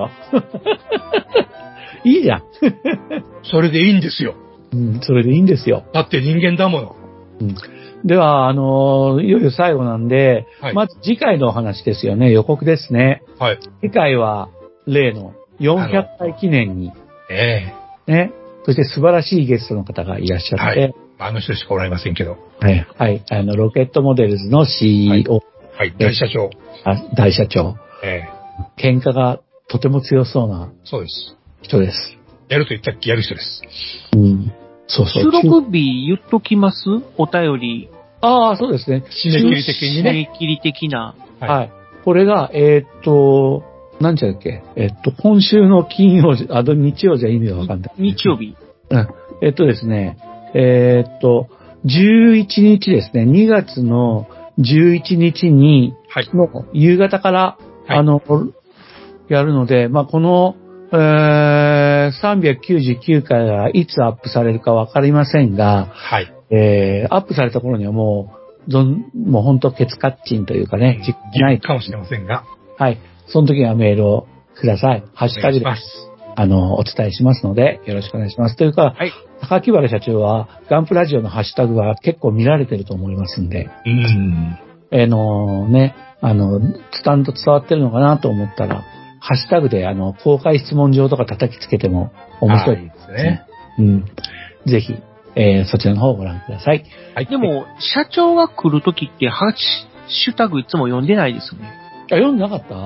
いいじゃん。 それでいいんですよ。 うん、それでいいんですよ。 だって人間だもの。 うん、では、あのー、いよいよ最後なんで、はい、まず次回のお話ですよね。予告ですね。 はい。 次回は、例のよんひゃっかい記念に。 ええー。ね。そして素晴らしいゲストの方がいらっしゃって。はい。 あの人しかおられませんけど。 はい。はい。あの、ロケットモデルズの シーイーオー。 はい。はい、大社長。 あ、大社長。 ええー。喧嘩がとても強そうな。 そうです。 人です。 やると言ったっけやる人です。 うん。そうそう。 収録日言っときます？お便り。 ああ、そうですね。 締め切り的にね。 締め切り的な。 はい。はい、これが、えー、っと、何時だっけえー、っと、今週の金曜、あと日曜じゃ意味がわかんない。 日曜日。 うん。えー、っとですね、えー、っと、じゅういちにちですね、にがつのじゅういちにちに、はい、の夕方から、はい、あの、やるので、まあ、この、えー、さんびゃくきゅうじゅうきゅうかいがいつアップされるかわかりませんが、 はい。 えー、アップされた頃にはもう、どん、もう本当ケツカッチンというかね、 実ないかもしれませんが。 はい。その時はメールをください。ハッシュタグで、あの、お伝えしますので、よろしくお願いします。というか、はい。高木原社長は、ガンプラジオのハッシュタグは結構見られてると思いますんで。 うん。 あの、ね、あの、スタンと伝わってるのかなと思ったら、ハッシュタグで、あの、公開質問状とか叩きつけても面白いですね。 うん。ぜひ、えー、そちらの方をご覧ください。 はい。でも、社長が来るときって、ハッシュタグいつも読んでないですよね。 あ、読んでなかった？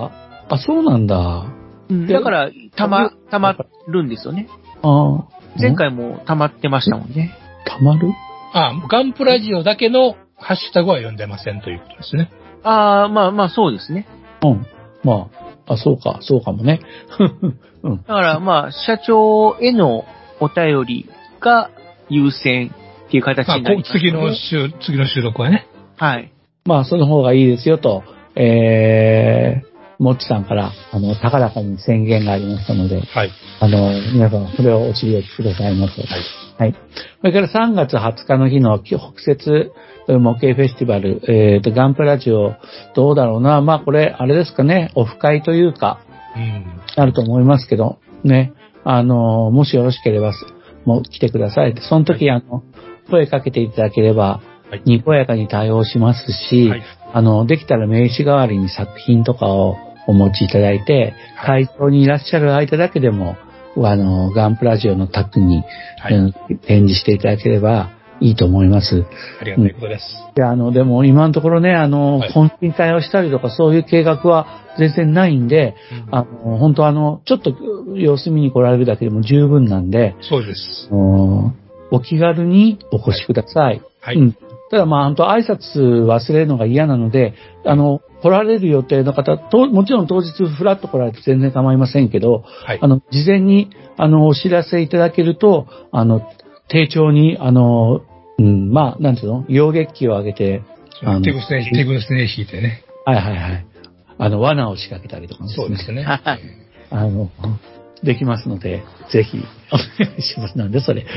あ、そうなんだ。 うん、だから、たま、たまるんですよね。 ああ。 前回もたまってましたもんね。 たまる？ ああ、ガンプラジオだけのハッシュタグは読んでませんということですね。 ああ、まあまあそうですね。 うん。まあ、あ、そうか、そうかもね。 うん、だからまあ、社長へのお便りが優先っていう形になります、ね。 次の週、次の収録はね。 はい。 まあ、その方がいいですよと、えー、もっちさんから、あの、高らかに宣言がありましたので、 はい。 あの、皆さん、それをお知りおきくださいませ。はい。はい。それからさんがつはつかの日の北節模型フェスティバル、えっと、ガンプラジオ、どうだろうな。まあ、これ、あれですかね、オフ会というか、うん。あると思いますけど、ね。あの、もしよろしければ、もう来てください。その時、はい、あの、声かけていただければ、はい、にこやかに対応しますし、はい、あの、できたら名刺代わりに作品とかをお持ちいただいて、はい、会場にいらっしゃる間だけでも、あの、ガンプラジオのタッグに、はい、うん、展示していただければいいと思います。 ありがたいことです。 で、あの、でも今のところね、あの、はい、本気に対応したりとかそういう計画は全然ないんで、うん、あの、本当あの、ちょっと様子見に来られるだけでも十分なんで、 そうです。 お気軽にお越しください。 はい。うん、 ただまあ、本当挨拶忘れるのが嫌なので、あの、来られる予定の方、と、もちろん当日フラッと来られて全然構いませんけど、はい、あの、事前に、あの、お知らせいただけると、あの、丁重に、あの、うん、まあ、なんていうの、洋劇機を上げて、 あの、手ぐすね、手ぐすね引いてね。 はいはいはい。あの、罠を仕掛けたりとかですね。そうですね。 あの、できますので、ぜひ、お願いします。なんでそれ。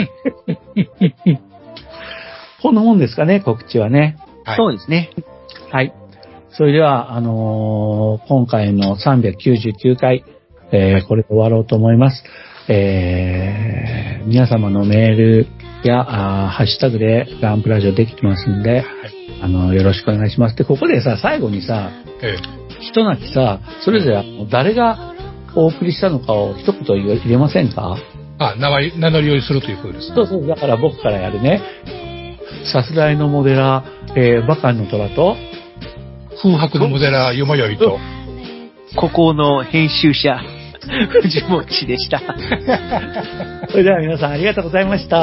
こんなもんですかね、告知はね。 はい、そうですね。 はい。それでは、あのー、今回のさんびゃくきゅうじゅうきゅうかい、えー、これで終わろうと思います。えー、皆様のメールや、あハッシュタグでガンプラジオできてますんで、はい、あの、よろしくお願いします。で、ここでさ、最後にさ、ええ、ひとなきさ、それぞれ誰がお送りしたのかを一言入れませんか？ あ、名前、名乗りをするということですね。 そうそう、だから僕からやるね。さすらいのモデラー、えー、バカンの虎と、 風白のモデラー、よまよいと、 孤高の編集者、藤本でした。 それでは皆さんありがとうございました。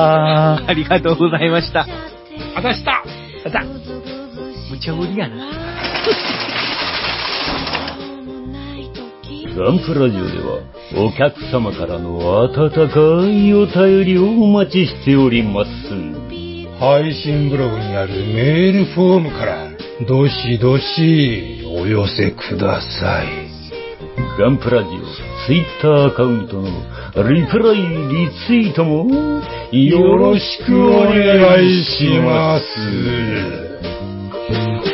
ありがとうございました。 あたした。 あた。 無茶ぶりやな。 ガンプラジオではお客様からの温かいお便りをお待ちしております。 配信ブログにあるメールフォームからどしどしお寄せください。 ガンプラジオツイッターアカウントのリプライリツイートもよろしくお願いします。